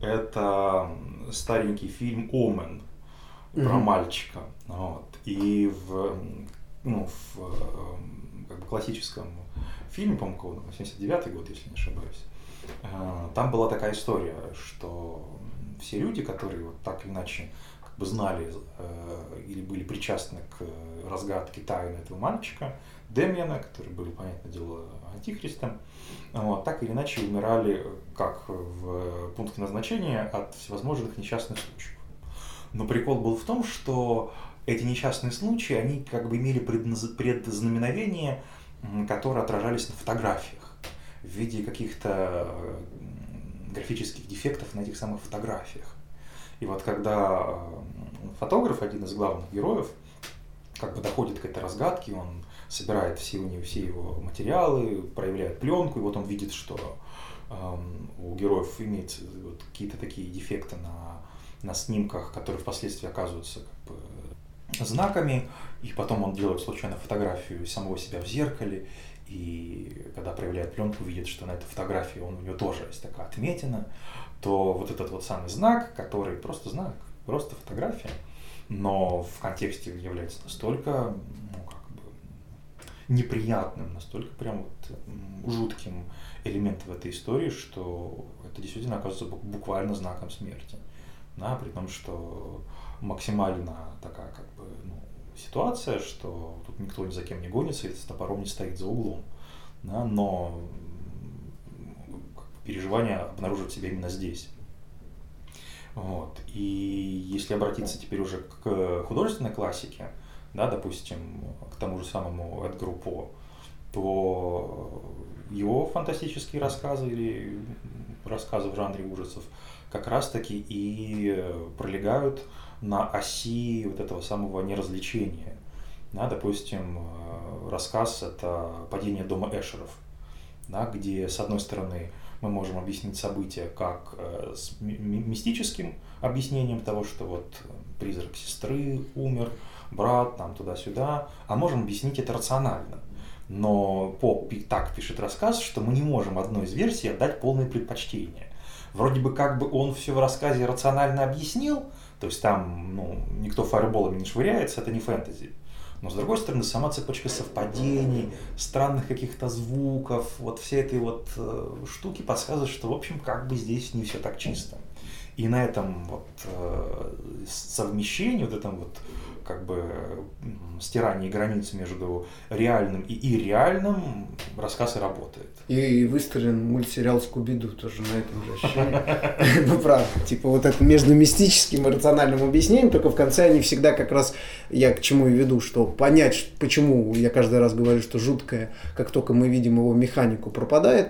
Это старенький фильм «Омен» про mm-hmm. мальчика. Вот. И в ну, в как бы, классическом фильме, по-моему, восемьдесят девятый год, если не ошибаюсь, там была такая история, что все люди, которые вот так или иначе как бы знали или были причастны к разгадке тайны этого мальчика, Демьяна, который был, понятное дело, антихристом, вот, так или иначе умирали как в пункте назначения от всевозможных несчастных случаев. Но прикол был в том, что эти несчастные случаи, они как бы имели предзнаменовения, которые отражались на фотографиях в виде каких-то графических дефектов на этих самых фотографиях. И вот когда фотограф, один из главных героев, как бы доходит к этой разгадке, он собирает все, у него, все его материалы, проявляет пленку, и вот он видит, что э, у героев имеются вот какие-то такие дефекты на, на снимках, которые впоследствии оказываются как бы знаками, и потом он делает случайно фотографию самого себя в зеркале, и когда проявляет пленку, видит, что на этой фотографии он, у него тоже есть такая отметина, то вот этот вот самый знак, который просто знак, просто фотография, но в контексте является настолько, ну, как бы неприятным, настолько прям вот жутким элементом этой истории, что это действительно оказывается буквально знаком смерти, да, при том, что максимально такая как бы ну, ситуация, что тут никто ни за кем не гонится, и с топором не стоит за углом, да, но как бы, переживания обнаруживают себя именно здесь. Вот. И если обратиться теперь уже к художественной классике, да, допустим, к тому же самому Эдгару По, то его фантастические рассказы или рассказы в жанре ужасов как раз-таки и пролегают на оси вот этого самого неразличения. Да, допустим, рассказ – это «Падение дома Эшеров», да, где, с одной стороны, мы можем объяснить события как с мистическим объяснением того, что вот призрак сестры умер, брат, там туда-сюда, а можем объяснить это рационально. Но Поп так пишет рассказ, что мы не можем одной из версий отдать полное предпочтение. Вроде бы как бы он все в рассказе рационально объяснил, то есть там ну, никто фаерболами не швыряется, это не фэнтези. Но с другой стороны, сама цепочка совпадений, странных каких-то звуков, вот все этой вот э, штуки подсказывают, что, в общем, как бы здесь не все так чисто. И на этом вот э, совмещении, вот этом вот как бы стирании границ между реальным и ирреальным рассказ и работает. И выстроен мультсериал «Скуби-Ду» тоже на этом же ощущении. Ну, правда. Типа вот это между мистическим и рациональным объяснением, только в конце они всегда как раз, я к чему и веду, что понять, почему я каждый раз говорю, что жуткое, как только мы видим его механику, пропадает.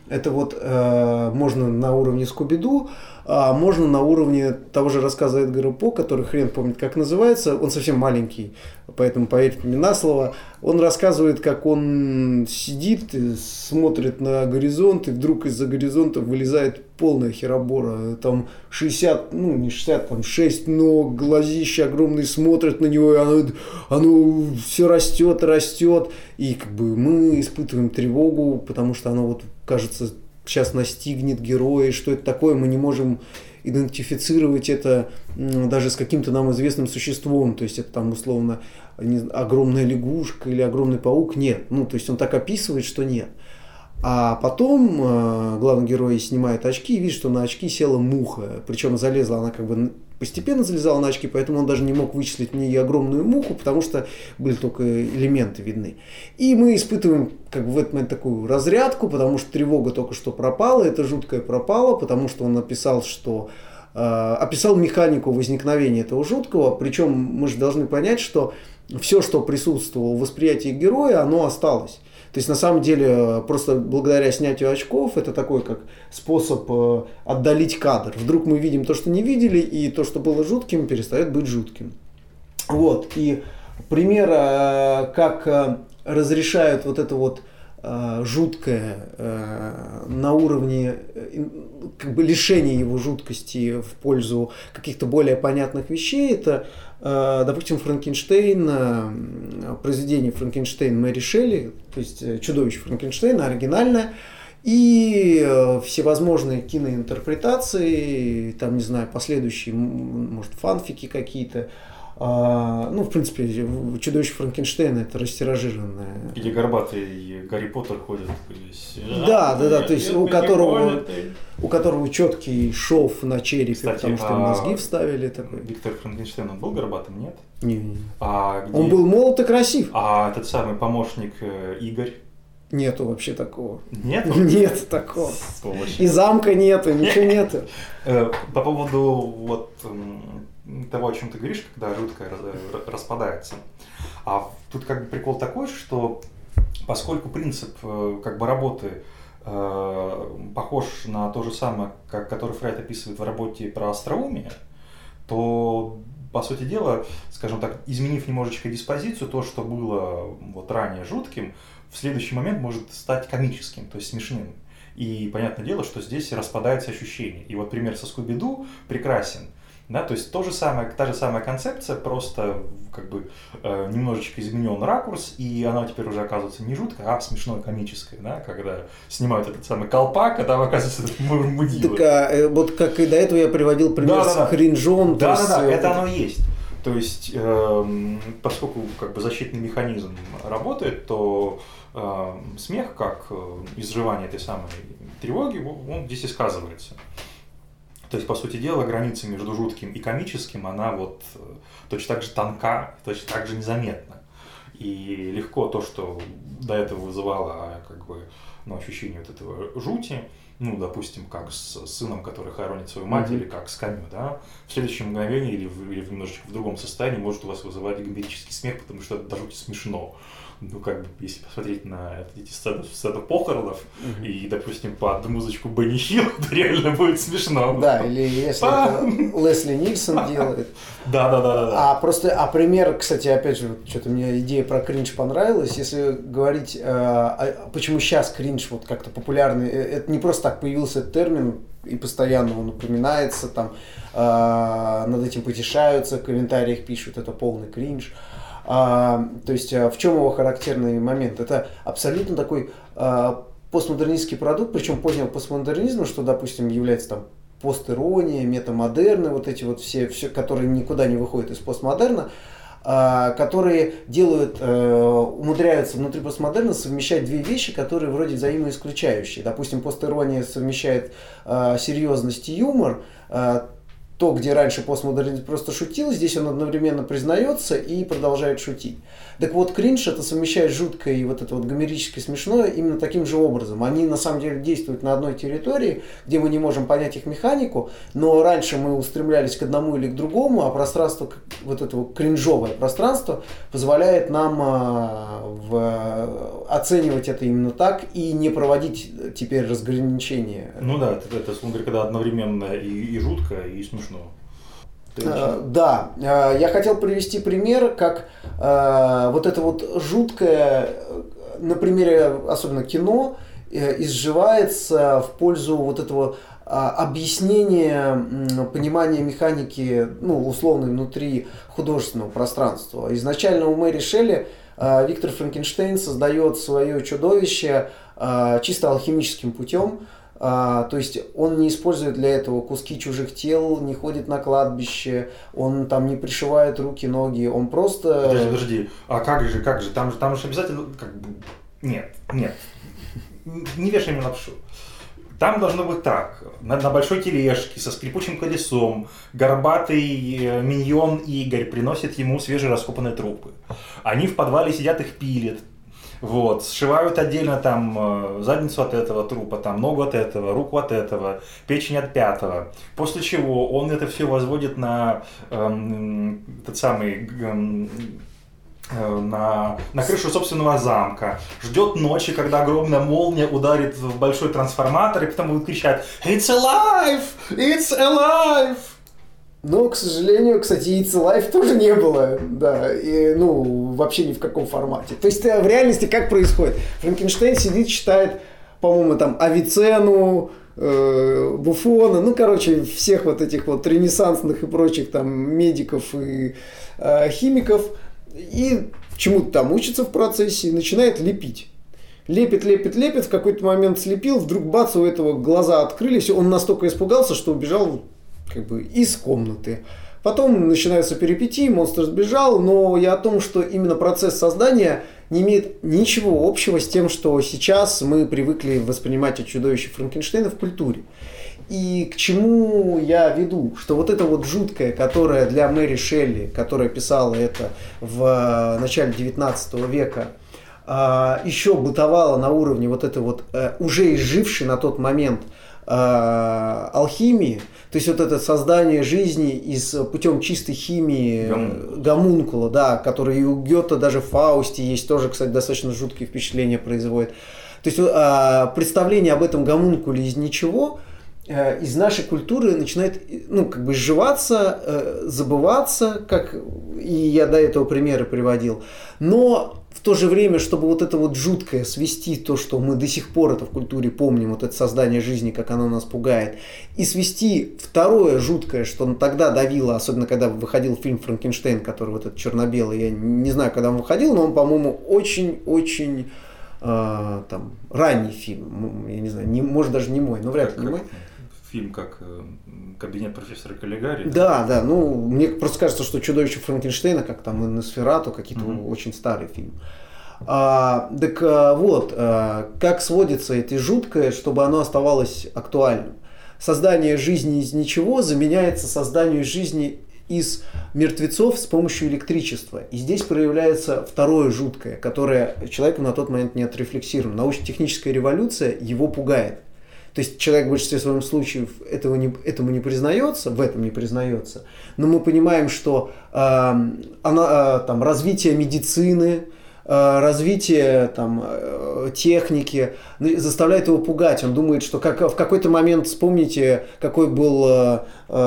Это вот э, можно на уровне Скуби-Ду, а можно на уровне того же рассказа Эдгара По, который хрен помнит, как называется. Он совсем маленький, поэтому поверьте мне на слово. Он рассказывает, как он сидит, смотрит на горизонт, и вдруг из-за горизонта вылезает полная херобора. Там шестьдесят, ну не шестьдесят, там шесть ног, глазища огромные смотрят на него, и оно, оно все растет, растет. И как бы мы испытываем тревогу, потому что оно вот, кажется, сейчас настигнет героя, что это такое, мы не можем идентифицировать это даже с каким-то нам известным существом, то есть это там условно не, огромная лягушка или огромный паук, нет, ну то есть он так описывает, что нет. А потом э, главный герой снимает очки и видит, что на очки села муха, причем залезла она как бы постепенно залезала на очки, поэтому он даже не мог вычислить в ней огромную муху, потому что были только элементы видны. И мы испытываем как бы в этот момент такую разрядку, потому что тревога только что пропала, это жуткое пропало, потому что он написал, что э, описал механику возникновения этого жуткого, причем мы же должны понять, что все, что присутствовало в восприятии героя, оно осталось. То есть, на самом деле, просто благодаря снятию очков, это такой как способ отдалить кадр. Вдруг мы видим то, что не видели, и то, что было жутким, перестает быть жутким. Вот. И пример, как разрешают вот это вот жуткое на уровне как бы лишения его жуткости в пользу каких-то более понятных вещей, это, допустим, Франкенштейн, произведение Франкенштейн Мэри Шелли, то есть чудовище Франкенштейна, оригинальное, и всевозможные киноинтерпретации, там, не знаю, последующие, может, фанфики какие-то. А, ну, в принципе, чудовище Франкенштейна это растиражированное. Где горбатый Гарри Поттер ходит. Да, да, да, то есть у которого, у которого четкий шов на черепе, кстати, потому что а мозги вставили такой. Виктор Франкенштейн, он был горбатым, нет? Не, не. А где... Он был молод и красив. А этот самый помощник Игорь? Нету вообще такого. Нет? Нет такого. Сволочь. И замка нету, ничего нету. По поводу вот того, о чем ты говоришь, когда жуткое распадается. А тут как бы прикол такой, что поскольку принцип как бы работы э, похож на то же самое, как, который Фрейд описывает в работе про остроумие, то, по сути дела, скажем так, изменив немножечко диспозицию, то, что было вот ранее жутким, в следующий момент может стать комическим, то есть смешным. И понятное дело, что здесь распадается ощущение. И вот пример со Скуби-Ду прекрасен. Да, то есть то же самое, та же самая концепция, просто как бы э, немножечко изменен ракурс, и она теперь уже оказывается не жуткая, а смешной, комической, да, когда снимают этот самый колпак, а там оказывается этот мудила. Так, а, вот как и до этого я приводил пример да, с да, кринжом. Да, да, да, да, это оно и есть. То есть, э, поскольку как бы защитный механизм работает, то э, смех, как э, изживание этой самой тревоги, он здесь и сказывается. То есть, по сути дела, граница между жутким и комическим, она вот точно так же тонка, точно так же незаметна. И легко то, что до этого вызывало как бы, ну, ощущение вот этого жути, ну, допустим, как с сыном, который хоронит свою мать, mm-hmm. или как с Камю, да, в следующем мгновении или, в, или в немножечко в другом состоянии может у вас вызывать гомерический смех, потому что это до жути смешно. Ну, как бы, если посмотреть на эти сцены, сцены похоронов, mm-hmm. и, допустим, под музычку Бенни Хилл, то реально будет смешно. Да, или если это Лесли Нильсон делает. Да, да, да, да. А просто, а пример, кстати, опять же, что-то мне идея про кринж понравилась. Если говорить, э, почему сейчас кринж вот как-то популярный, это не просто так появился этот термин, и постоянно он упоминается, там, э, над этим потешаются, в комментариях пишут, это полный кринж. А, то есть в чем его характерный момент? Это абсолютно такой а, постмодернистский продукт, причем позднего постмодернизма, что, допустим, является там постирония, метамодерны, вот эти вот все, все, которые никуда не выходят из постмодерна, а, которые делают, а, умудряются внутри постмодерна совмещать две вещи, которые вроде взаимоисключающие. Допустим, постирония совмещает а, серьезность и юмор, а, то, где раньше постмодернизм просто шутил, здесь он одновременно признается и продолжает шутить. Так вот, кринж это совмещает жуткое и вот это вот гомерическое смешное именно таким же образом. Они на самом деле действуют на одной территории, где мы не можем понять их механику, но раньше мы устремлялись к одному или к другому, а пространство, вот это вот кринжовое пространство, позволяет нам а, в, оценивать это именно так и не проводить теперь разграничения. Ну да, это, это, это когда одновременно и, и жутко, и смешно. Uh, да, uh, я хотел привести пример, как uh, вот это вот жуткое, на примере особенно кино, uh, изживается в пользу вот этого uh, объяснения, um, понимания механики, ну, условно, внутри художественного пространства. Изначально у Мэри Шелли uh, Виктор Франкенштейн создает свое чудовище uh, чисто алхимическим путем. А, то есть он не использует для этого куски чужих тел, не ходит на кладбище, он там не пришивает руки, ноги, он просто... Подожди, подожди, а как же, как же, там же, там же обязательно, как бы, нет, нет, не вешай мне лапшу. Там должно быть так, на, на большой тележке со скрипучим колесом горбатый миньон Игорь приносит ему свежераскопанные трупы. Они в подвале сидят, их пилят. Вот, сшивают отдельно там задницу от этого трупа, там ногу от этого, руку от этого, печень от пятого. После чего он это все возводит на эм, тот самый эм, э, на, на крышу собственного замка. Ждет ночи, когда огромная молния ударит в большой трансформатор, и потом будет кричать «It's alive! It's alive!» Но, к сожалению, кстати, It's Alive тоже не было, да, и, ну, вообще ни в каком формате. То есть в реальности как происходит? Франкенштейн сидит, читает, по-моему, там Авиценну, э, Буфона, ну, короче, всех вот этих вот ренессансных и прочих там медиков и э, химиков, и чему-то там учится в процессе и начинает лепить. Лепит, лепит, лепит, в какой-то момент слепил, вдруг бац, у этого глаза открылись, он настолько испугался, что убежал как бы из комнаты. Потом начинаются перипетии, монстр сбежал, но я о том, что именно процесс создания не имеет ничего общего с тем, что сейчас мы привыкли воспринимать от чудовища Франкенштейна в культуре. И к чему я веду? Что вот это вот жуткое, которое для Мэри Шелли, которая писала это в начале девятнадцатого века, еще бытовало на уровне вот этой вот уже изжившей на тот момент алхимии, то есть вот это создание жизни из путем чистой химии Гомункула, гомункула, да, который и у Гёте даже в Фаусте есть, тоже, кстати, достаточно жуткие впечатления производит. То есть представление об этом гомункуле из ничего из нашей культуры начинает, ну, как бы сживаться, забываться, как и я до этого примеры приводил, но в то же время, чтобы вот это вот жуткое свести, то, что мы до сих пор это в культуре помним, вот это создание жизни, как оно нас пугает, и свести второе жуткое, что тогда давило, особенно когда выходил фильм «Франкенштейн», который вот этот черно-белый, я не знаю, когда он выходил, но он, по-моему, очень-очень э, там ранний фильм, я не знаю, не, может даже не мой, но вряд ли не мой. Фильм как «Кабинет профессора Каллигари». Да, да, ну, мне просто кажется, что «Чудовище Франкенштейна», как там и «Носферату», какие-то mm-hmm. очень старые фильмы. А, так а, вот, а, как сводится это жуткое, чтобы оно оставалось актуальным. Создание жизни из ничего заменяется созданию жизни из мертвецов с помощью электричества. И здесь проявляется второе жуткое, которое человеку на тот момент не отрефлексировано. Научно-техническая революция его пугает. То есть человек в большинстве своем случаев этого не, этому не признается, в этом не признается. Но мы понимаем, что э, она, э, там, развитие медицины, э, развитие там, э, техники заставляет его пугать. Он думает, что как, в какой-то момент, вспомните, какой был э,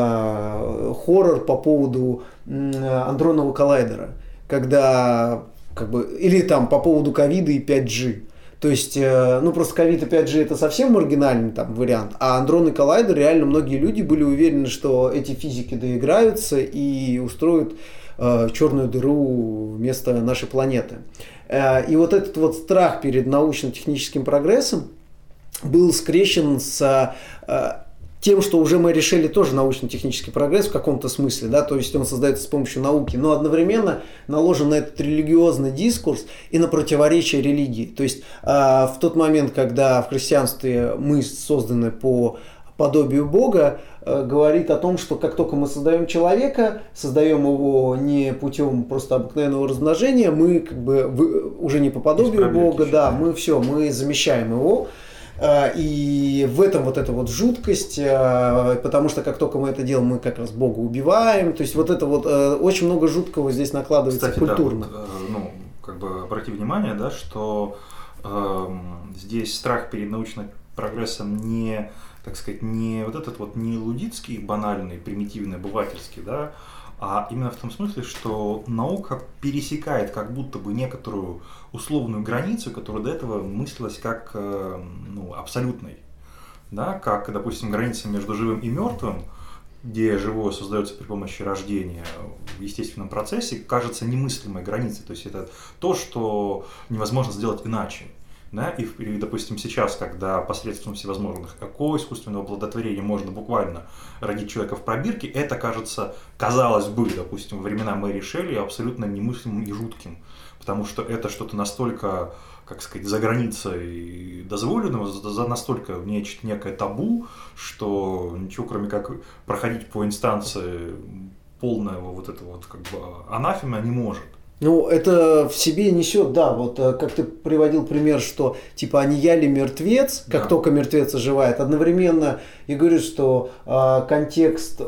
э, хоррор по поводу э, андронного коллайдера, когда, как бы, или там по поводу ковида и пять джи. То есть, ну просто ковид и пять джи это совсем маргинальный там вариант, а андронный коллайдер реально многие люди были уверены, что эти физики доиграются и устроят э, черную дыру вместо нашей планеты. Э, и вот этот вот страх перед научно-техническим прогрессом был скрещен с э, тем, что уже мы решили тоже научно-технический прогресс в каком-то смысле, да, то есть он создается с помощью науки, но одновременно наложен на этот религиозный дискурс и на противоречие религии. То есть э, в тот момент, когда в христианстве мы созданы по подобию Бога, говорит о том, что как только мы создаем человека, создаем его не путем просто обыкновенного размножения, мы как бы уже не по подобию Бога, да, мы все, мы замещаем его. И в этом вот эта вот жуткость, потому что как только мы это делаем, мы как раз Бога убиваем. То есть вот это вот очень много жуткого здесь накладывается. Кстати, культурно. Да, вот, ну, как бы обрати внимание, да, что э, здесь страх перед научным прогрессом не, так сказать, не вот этот вот не лудитский, банальный, примитивный, обывательский, да, а именно в том смысле, что наука пересекает как будто бы некоторую условную границу, которая до этого мыслилась как ну, абсолютной. Да? Как, допустим, граница между живым и мертвым, где живое создается при помощи рождения в естественном процессе, кажется немыслимой границей. То есть это то, что невозможно сделать иначе. Да? И, и, допустим, сейчас, когда посредством всевозможных ЭКО, искусственного оплодотворения можно буквально родить человека в пробирке, это кажется, казалось бы, допустим, во времена Мэри Шелли абсолютно немыслимым и жутким, потому что это что-то настолько, как сказать, за границей дозволенного, за настолько нечто, некое табу, что ничего, кроме как проходить по инстанции полного вот этого вот как бы анафема не может. Ну, это в себе несет, да, вот как ты приводил пример, что типа они яли мертвец, как да. только мертвец оживает, одновременно и говорю, что э, контекст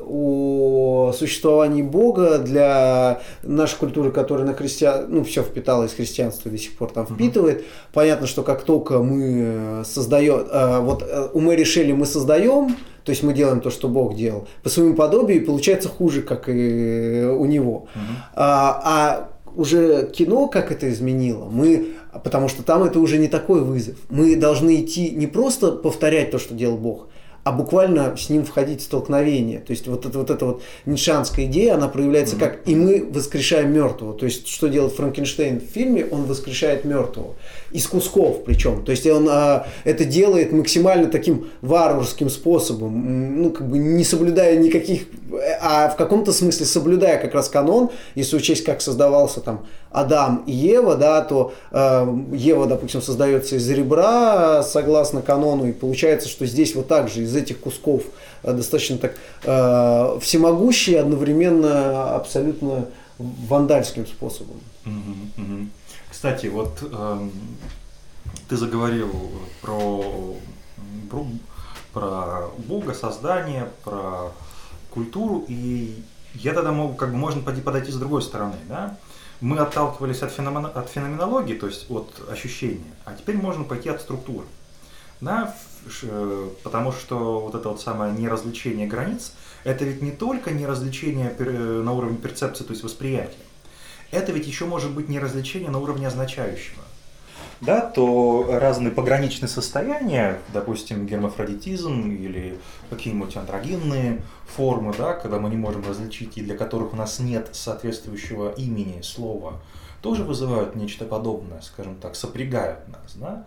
о существовании Бога для нашей культуры, которая на христиан, ну, все впитало из христианства и до сих пор там впитывает, mm-hmm. понятно, что как только мы создаем, э, вот у Мэри Шелли мы создаем, то есть мы делаем то, что Бог делал, по своему подобию, и получается хуже, как и у него. Mm-hmm. А, а уже кино, как это изменило, мы, потому что там это уже не такой вызов. Мы должны идти не просто повторять то, что делал Бог, а буквально с ним входить в столкновение. То есть вот эта вот, эта вот ницшанская идея, она проявляется mm-hmm. как «и мы воскрешаем мертвого». То есть что делает Франкенштейн в фильме? Он воскрешает мертвого. Из кусков причем. То есть он а, это делает максимально таким варварским способом, ну как бы не соблюдая никаких, а в каком-то смысле соблюдая как раз канон. Если учесть, как создавался там Адам и Ева, да, то э, Ева, допустим, создается из ребра согласно канону, и получается, что здесь вот так же из этих кусков э, достаточно так э, всемогущий, одновременно абсолютно вандальским способом. Mm-hmm, mm-hmm. Кстати, вот э, ты заговорил про, про, про Бога, создание, про культуру, и я тогда могу, как бы, можно подойти с другой стороны, да? Мы отталкивались от, феномен, от феноменологии, то есть от ощущения, а теперь можно пойти от структуры. Да? Потому что вот это вот самое неразличение границ, это ведь не только неразличение на уровне перцепции, то есть восприятия, это ведь еще может быть неразличение на уровне означающего. Да, то разные пограничные состояния, допустим, гермафродитизм или какие-нибудь андрогинные формы, да, когда мы не можем различить и для которых у нас нет соответствующего имени, слова, тоже вызывают нечто подобное, скажем так, сопрягают нас. Да?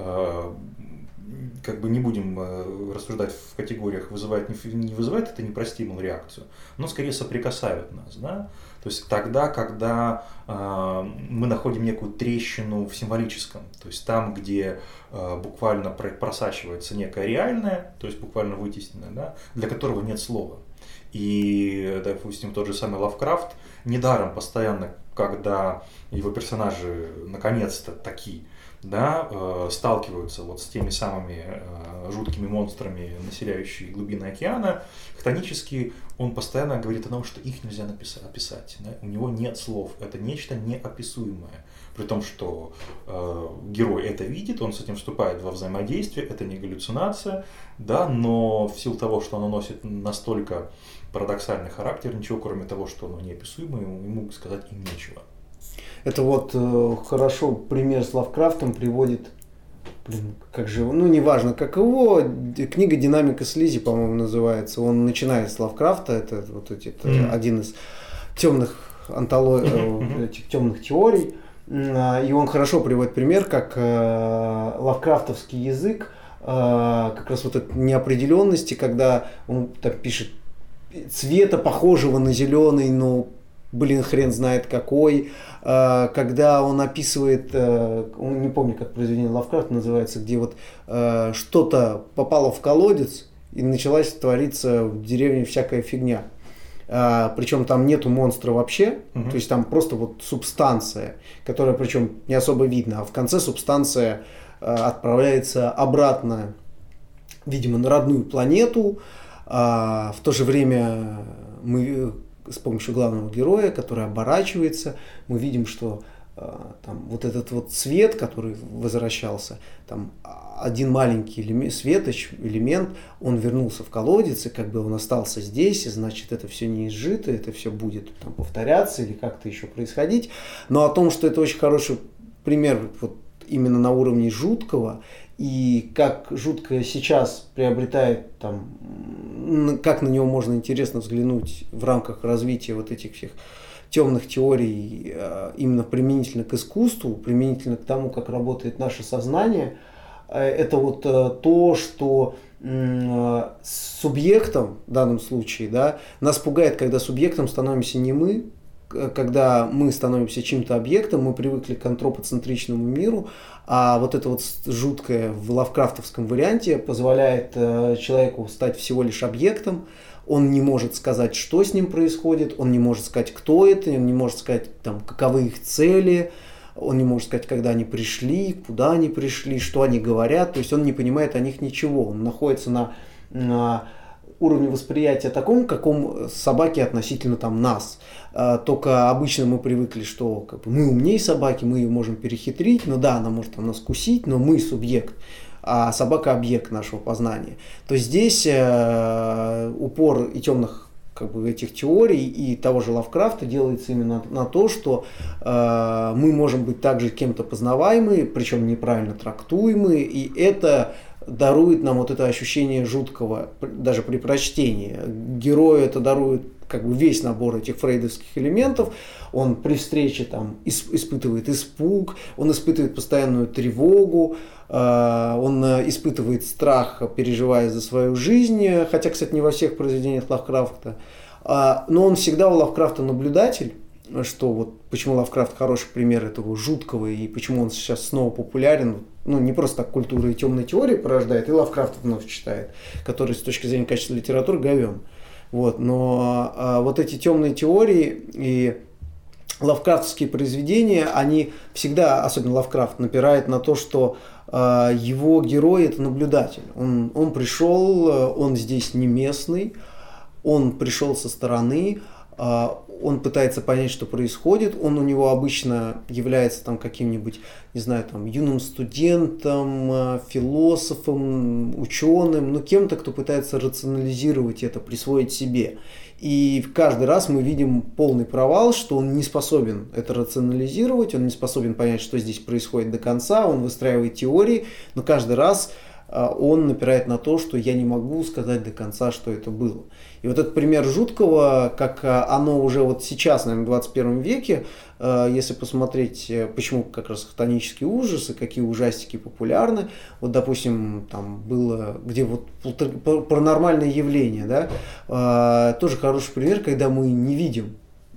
Как бы не будем рассуждать в категориях, вызывает, не вызывает это непростимую реакцию, но скорее соприкасают нас. Да? То есть тогда, когда э, мы находим некую трещину в символическом, то есть там, где э, буквально просачивается некое реальное, то есть буквально вытесненное, да, для которого нет слова. И, допустим, тот же самый Лавкрафт недаром постоянно, когда его персонажи наконец-то такие, да, э, сталкиваются вот с теми самыми э, жуткими монстрами, населяющими глубины океана, хтонически он постоянно говорит о том, что их нельзя написать, описать. Да? У него нет слов, это нечто неописуемое. При том, что э, герой это видит, он с этим вступает во взаимодействие, это не галлюцинация, да, но в силу того, что оно носит настолько парадоксальный характер, ничего кроме того, что оно неописуемое, ему сказать им нечего. Это вот э, хорошо пример с Лавкрафтом приводит, блин, как же, ну неважно, как его, книга «Динамика слизи», по-моему, называется. Он начинает с Лавкрафта, это вот эти, это mm-hmm. один из темных антолог... mm-hmm. этих темных теорий, и он хорошо приводит пример, как э, лавкрафтовский язык, э, как раз вот этой неопределенности, когда он там пишет цвета похожего на зеленый, но блин, хрен знает какой, когда он описывает, не помню, как произведение Лавкрафта называется, где вот что-то попало в колодец, и началась твориться в деревне всякая фигня. А, причем там нету монстра вообще, угу. То есть там просто вот субстанция, которая причем не особо видна, а в конце субстанция а, отправляется обратно, видимо, на родную планету. А, в то же время мы с помощью главного героя, который оборачивается, мы видим, что там вот этот вот свет, который возвращался, там один маленький элемент, светоч, элемент, он вернулся в колодец, и как бы он остался здесь, и значит это все не изжито, это все будет там повторяться или как-то еще происходить. Но о том, что это очень хороший пример вот именно на уровне жуткого, и как жуткое сейчас приобретает там, как на него можно интересно взглянуть в рамках развития вот этих всех темных теорий именно применительно к искусству, применительно к тому, как работает наше сознание, это вот то, что с субъектом в данном случае, да, нас пугает, когда субъектом становимся не мы, когда мы становимся чьим-то объектом, мы привыкли к антропоцентричному миру, а вот это вот жуткое в лавкрафтовском варианте позволяет человеку стать всего лишь объектом. Он не может сказать, что с ним происходит, он не может сказать, кто это, он не может сказать, там, каковы их цели, он не может сказать, когда они пришли, куда они пришли, что они говорят, то есть он не понимает о них ничего, он находится на, на уровне восприятия таком, каком собаки относительно там, нас. Только обычно мы привыкли, что как бы, мы умнее собаки, мы ее можем перехитрить, ну да, она может там, нас кусить, но мы субъект. А собака объект нашего познания. То здесь э, упор и темных как бы, этих теорий и того же Лавкрафта делается именно на то, что э, мы можем быть также кем-то познаваемы, причем неправильно трактуемы, и это дарует нам вот это ощущение жуткого, даже при прочтении. Герою это дарует как бы весь набор этих фрейдовских элементов. Он при встрече там, испытывает испуг, он испытывает постоянную тревогу, он испытывает страх, переживая за свою жизнь, хотя, кстати, не во всех произведениях Лавкрафта. Но он всегда у Лавкрафта наблюдатель, что вот почему Лавкрафт хороший пример этого жуткого и почему он сейчас снова популярен. Ну, не просто так культура и темной теории порождает, и Лавкрафт вновь читает, который с точки зрения качества литературы говен. Вот, но а, вот эти темные теории и лавкрафтовские произведения, они всегда, особенно Лавкрафт, напирает на то, что а, его герой – это наблюдатель. Он, он пришел, он здесь не местный, он пришел со стороны, а, он пытается понять, что происходит, он у него обычно является там каким-нибудь, не знаю, там, юным студентом, философом, ученым, ну, кем-то, кто пытается рационализировать это, присвоить себе. И каждый раз мы видим полный провал, что он не способен это рационализировать, он не способен понять, что здесь происходит до конца, он выстраивает теории, но каждый раз он напирает на то, что я не могу сказать до конца, что это было. И вот этот пример жуткого, как оно уже вот сейчас, наверное, в двадцать первом веке, если посмотреть, почему как раз хтонические ужасы, какие ужастики популярны, вот, допустим, там было, где вот паранормальное явление, да, тоже хороший пример, когда мы не видим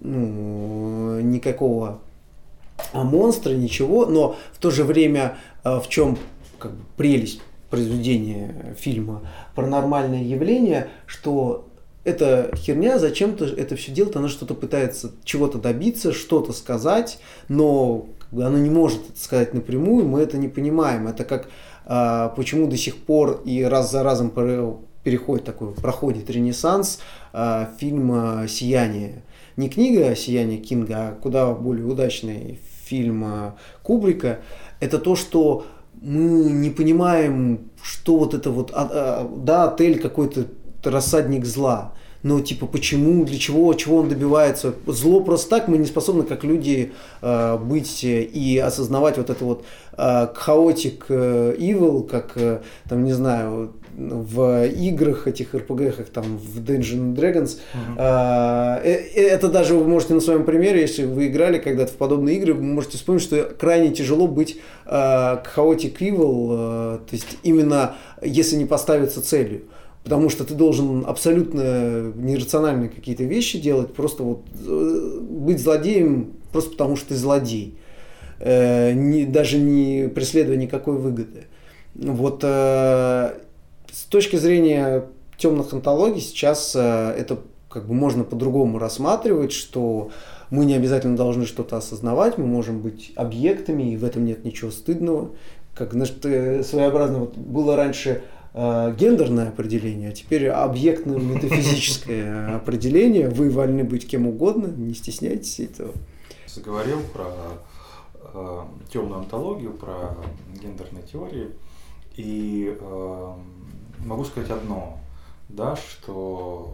ну, никакого монстра, ничего, но в то же время в чем как бы прелесть произведения фильма «Паранормальное явление», что эта херня зачем-то это все делает, она что-то пытается чего-то добиться, что-то сказать, но как бы, она не может это сказать напрямую, мы это не понимаем. Это как а, почему до сих пор и раз за разом переходит такой, проходит ренессанс а, фильма «Сияние». Не книга «Сияние» Кинга, а куда более удачный фильм а, Кубрика. Это то, что мы не понимаем, что вот это вот, а, а, да, отель какой-то рассадник зла, но типа почему, для чего, чего он добивается. Зло просто так, мы не способны как люди э, быть и осознавать вот это вот э, chaotic evil, как, э, там, не знаю, в играх этих эр пи джи-хах, там, в Dungeons and Dragons. Uh-huh. Э, э, это даже вы можете на своем примере, если вы играли когда-то в подобные игры, вы можете вспомнить, что крайне тяжело быть э, chaotic evil, э, то есть именно если не поставиться целью. Потому что ты должен абсолютно нерациональные какие-то вещи делать, просто вот быть злодеем просто потому, что ты злодей, э, не, даже не преследуя никакой выгоды. Вот э, с точки зрения темных антологий сейчас это как бы можно по-другому рассматривать, что мы не обязательно должны что-то осознавать, мы можем быть объектами, и в этом нет ничего стыдного. Как, значит, своеобразно вот было раньше э, гендерное определение, а теперь объектно-метафизическое определение. Вы вольны быть кем угодно, не стесняйтесь этого. Заговорил про э, темную антологию, про гендерные теории, и э, могу сказать одно, да, что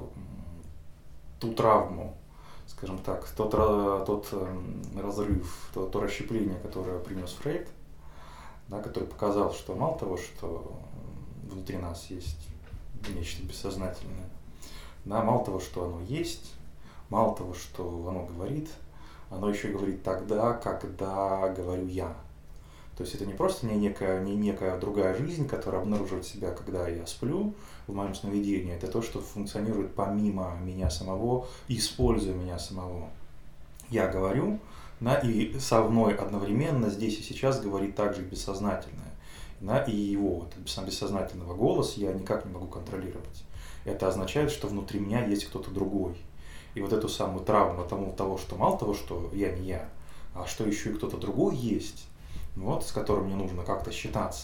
ту травму, скажем так, тот, тот разрыв, то, то расщепление, которое принес Фрейд, да, который показал, что мало того, что внутри нас есть нечто бессознательное, да, мало того, что оно есть, мало того, что оно говорит, оно еще и говорит тогда, когда говорю я. То есть это не просто не некая, не некая другая жизнь, которая обнаруживает себя, когда я сплю в моем сновидении. Это то, что функционирует помимо меня самого, используя меня самого. Я говорю, да, и со мной одновременно здесь и сейчас говорит также и бессознательное. Да, и его, вот, бессознательного голос я никак не могу контролировать. Это означает, что внутри меня есть кто-то другой. И вот эту самую травму тому, того, что мало того, что я не я, а что еще и кто-то другой есть, вот, с которым мне нужно как-то считаться,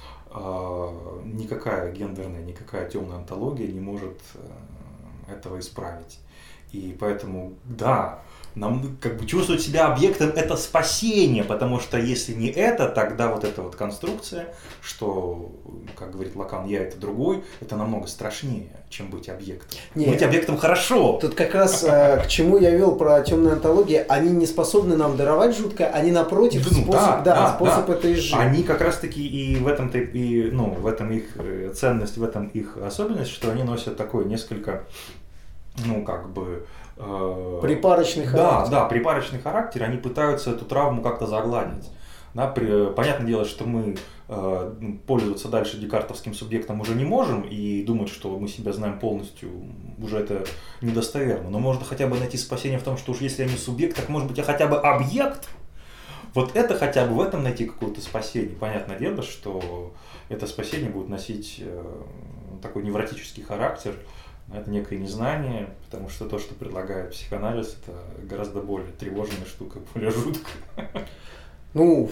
никакая гендерная, никакая темная антология не может этого исправить. И поэтому, да, нам как бы чувствовать себя объектом – это спасение, потому что если не это, тогда вот эта вот конструкция, что, как говорит Лакан, я – это другой, это намного страшнее, чем быть объектом. Нет, быть объектом хорошо. Тут как раз э, к чему я вел про темные антологии, они не способны нам даровать жуткое, они напротив ну, способ, да, да, да, способ да. это изжить. Они как раз таки и в этом-то, и, ну, в этом их ценность, в этом их особенность, что они носят такой несколько, ну, как бы… Припарочный характер. Да, да, припарочный характер, они пытаются эту травму как-то загладить. Да, при, понятное дело, что мы э, пользоваться дальше декартовским субъектом уже не можем, и думать, что мы себя знаем полностью, уже это недостоверно. Но можно хотя бы найти спасение в том, что уж если я не субъект, так может быть я хотя бы объект. Вот это хотя бы в этом найти какое-то спасение. Понятное дело, что это спасение будет носить э, такой невротический характер. Это некое незнание, потому что то, что предлагает психоанализ, это гораздо более тревожная штука, более жуткая. Ну,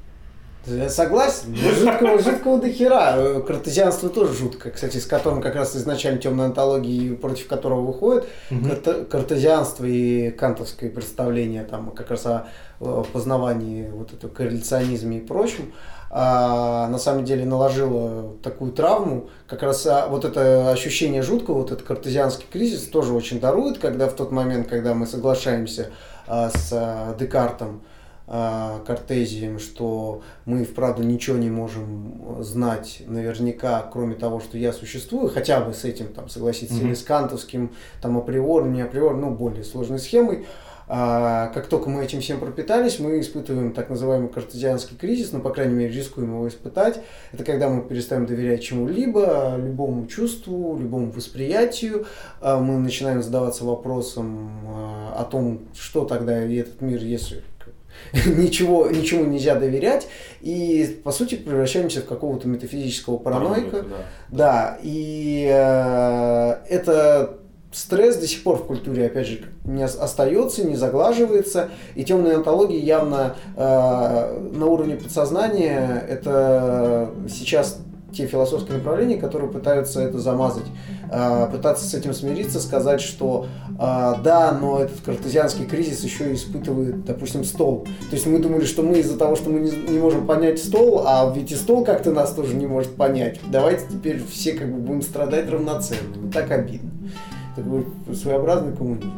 я согласен, жуткого, жуткого до хера. Картезианство тоже жуткое, кстати, с которым как раз изначально темная антология, против которого выходит. Угу. Картезианство и кантовское представление там, как раз о познавании, вот этого корреляционизме и прочем. А, на самом деле наложила такую травму, как раз а, вот это ощущение жуткого, вот этот картезианский кризис тоже очень дарует, когда в тот момент, когда мы соглашаемся а, с а, Декартом, а, Картезием, что мы вправду ничего не можем знать наверняка, кроме того, что я существую, хотя бы с этим там согласиться, mm-hmm. или с кантовским, там априорно, не априорно, ну более сложной схемой. А как только мы этим всем пропитались, мы испытываем так называемый картезианский кризис, ну, по крайней мере, рискуем его испытать. Это когда мы перестаем доверять чему-либо, любому чувству, любому восприятию. Мы начинаем задаваться вопросом о том, что тогда этот мир, если ничего, ничему нельзя доверять. И, по сути, превращаемся в какого-то метафизического параноика. Да, да, и э, это... Стресс до сих пор в культуре, опять же, не остается, не заглаживается. И темные антологии явно э, на уровне подсознания это сейчас те философские направления, которые пытаются это замазать, э, пытаться с этим смириться, сказать, что э, да, но этот картезианский кризис еще и испытывает, допустим, стол. То есть мы думали, что мы из-за того, что мы не, не можем понять стол, а ведь и стол как-то нас тоже не может понять. Давайте теперь все как бы будем страдать равноценно. Не так обидно. Такой своеобразный коммунизм.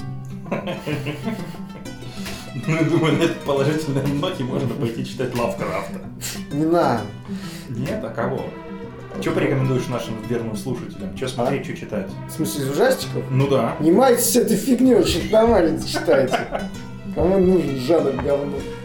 Ну, я думаю, на этой положительной ноте можно пойти читать Лавкрафта. Не надо. Нет, а кого? Что порекомендуешь нашим верным слушателям? Что смотреть, а? Что читать? В смысле, из ужастиков? Ну да. Не майтесь этой фигней, очень нормально читайте. Кому нужен жанр говно?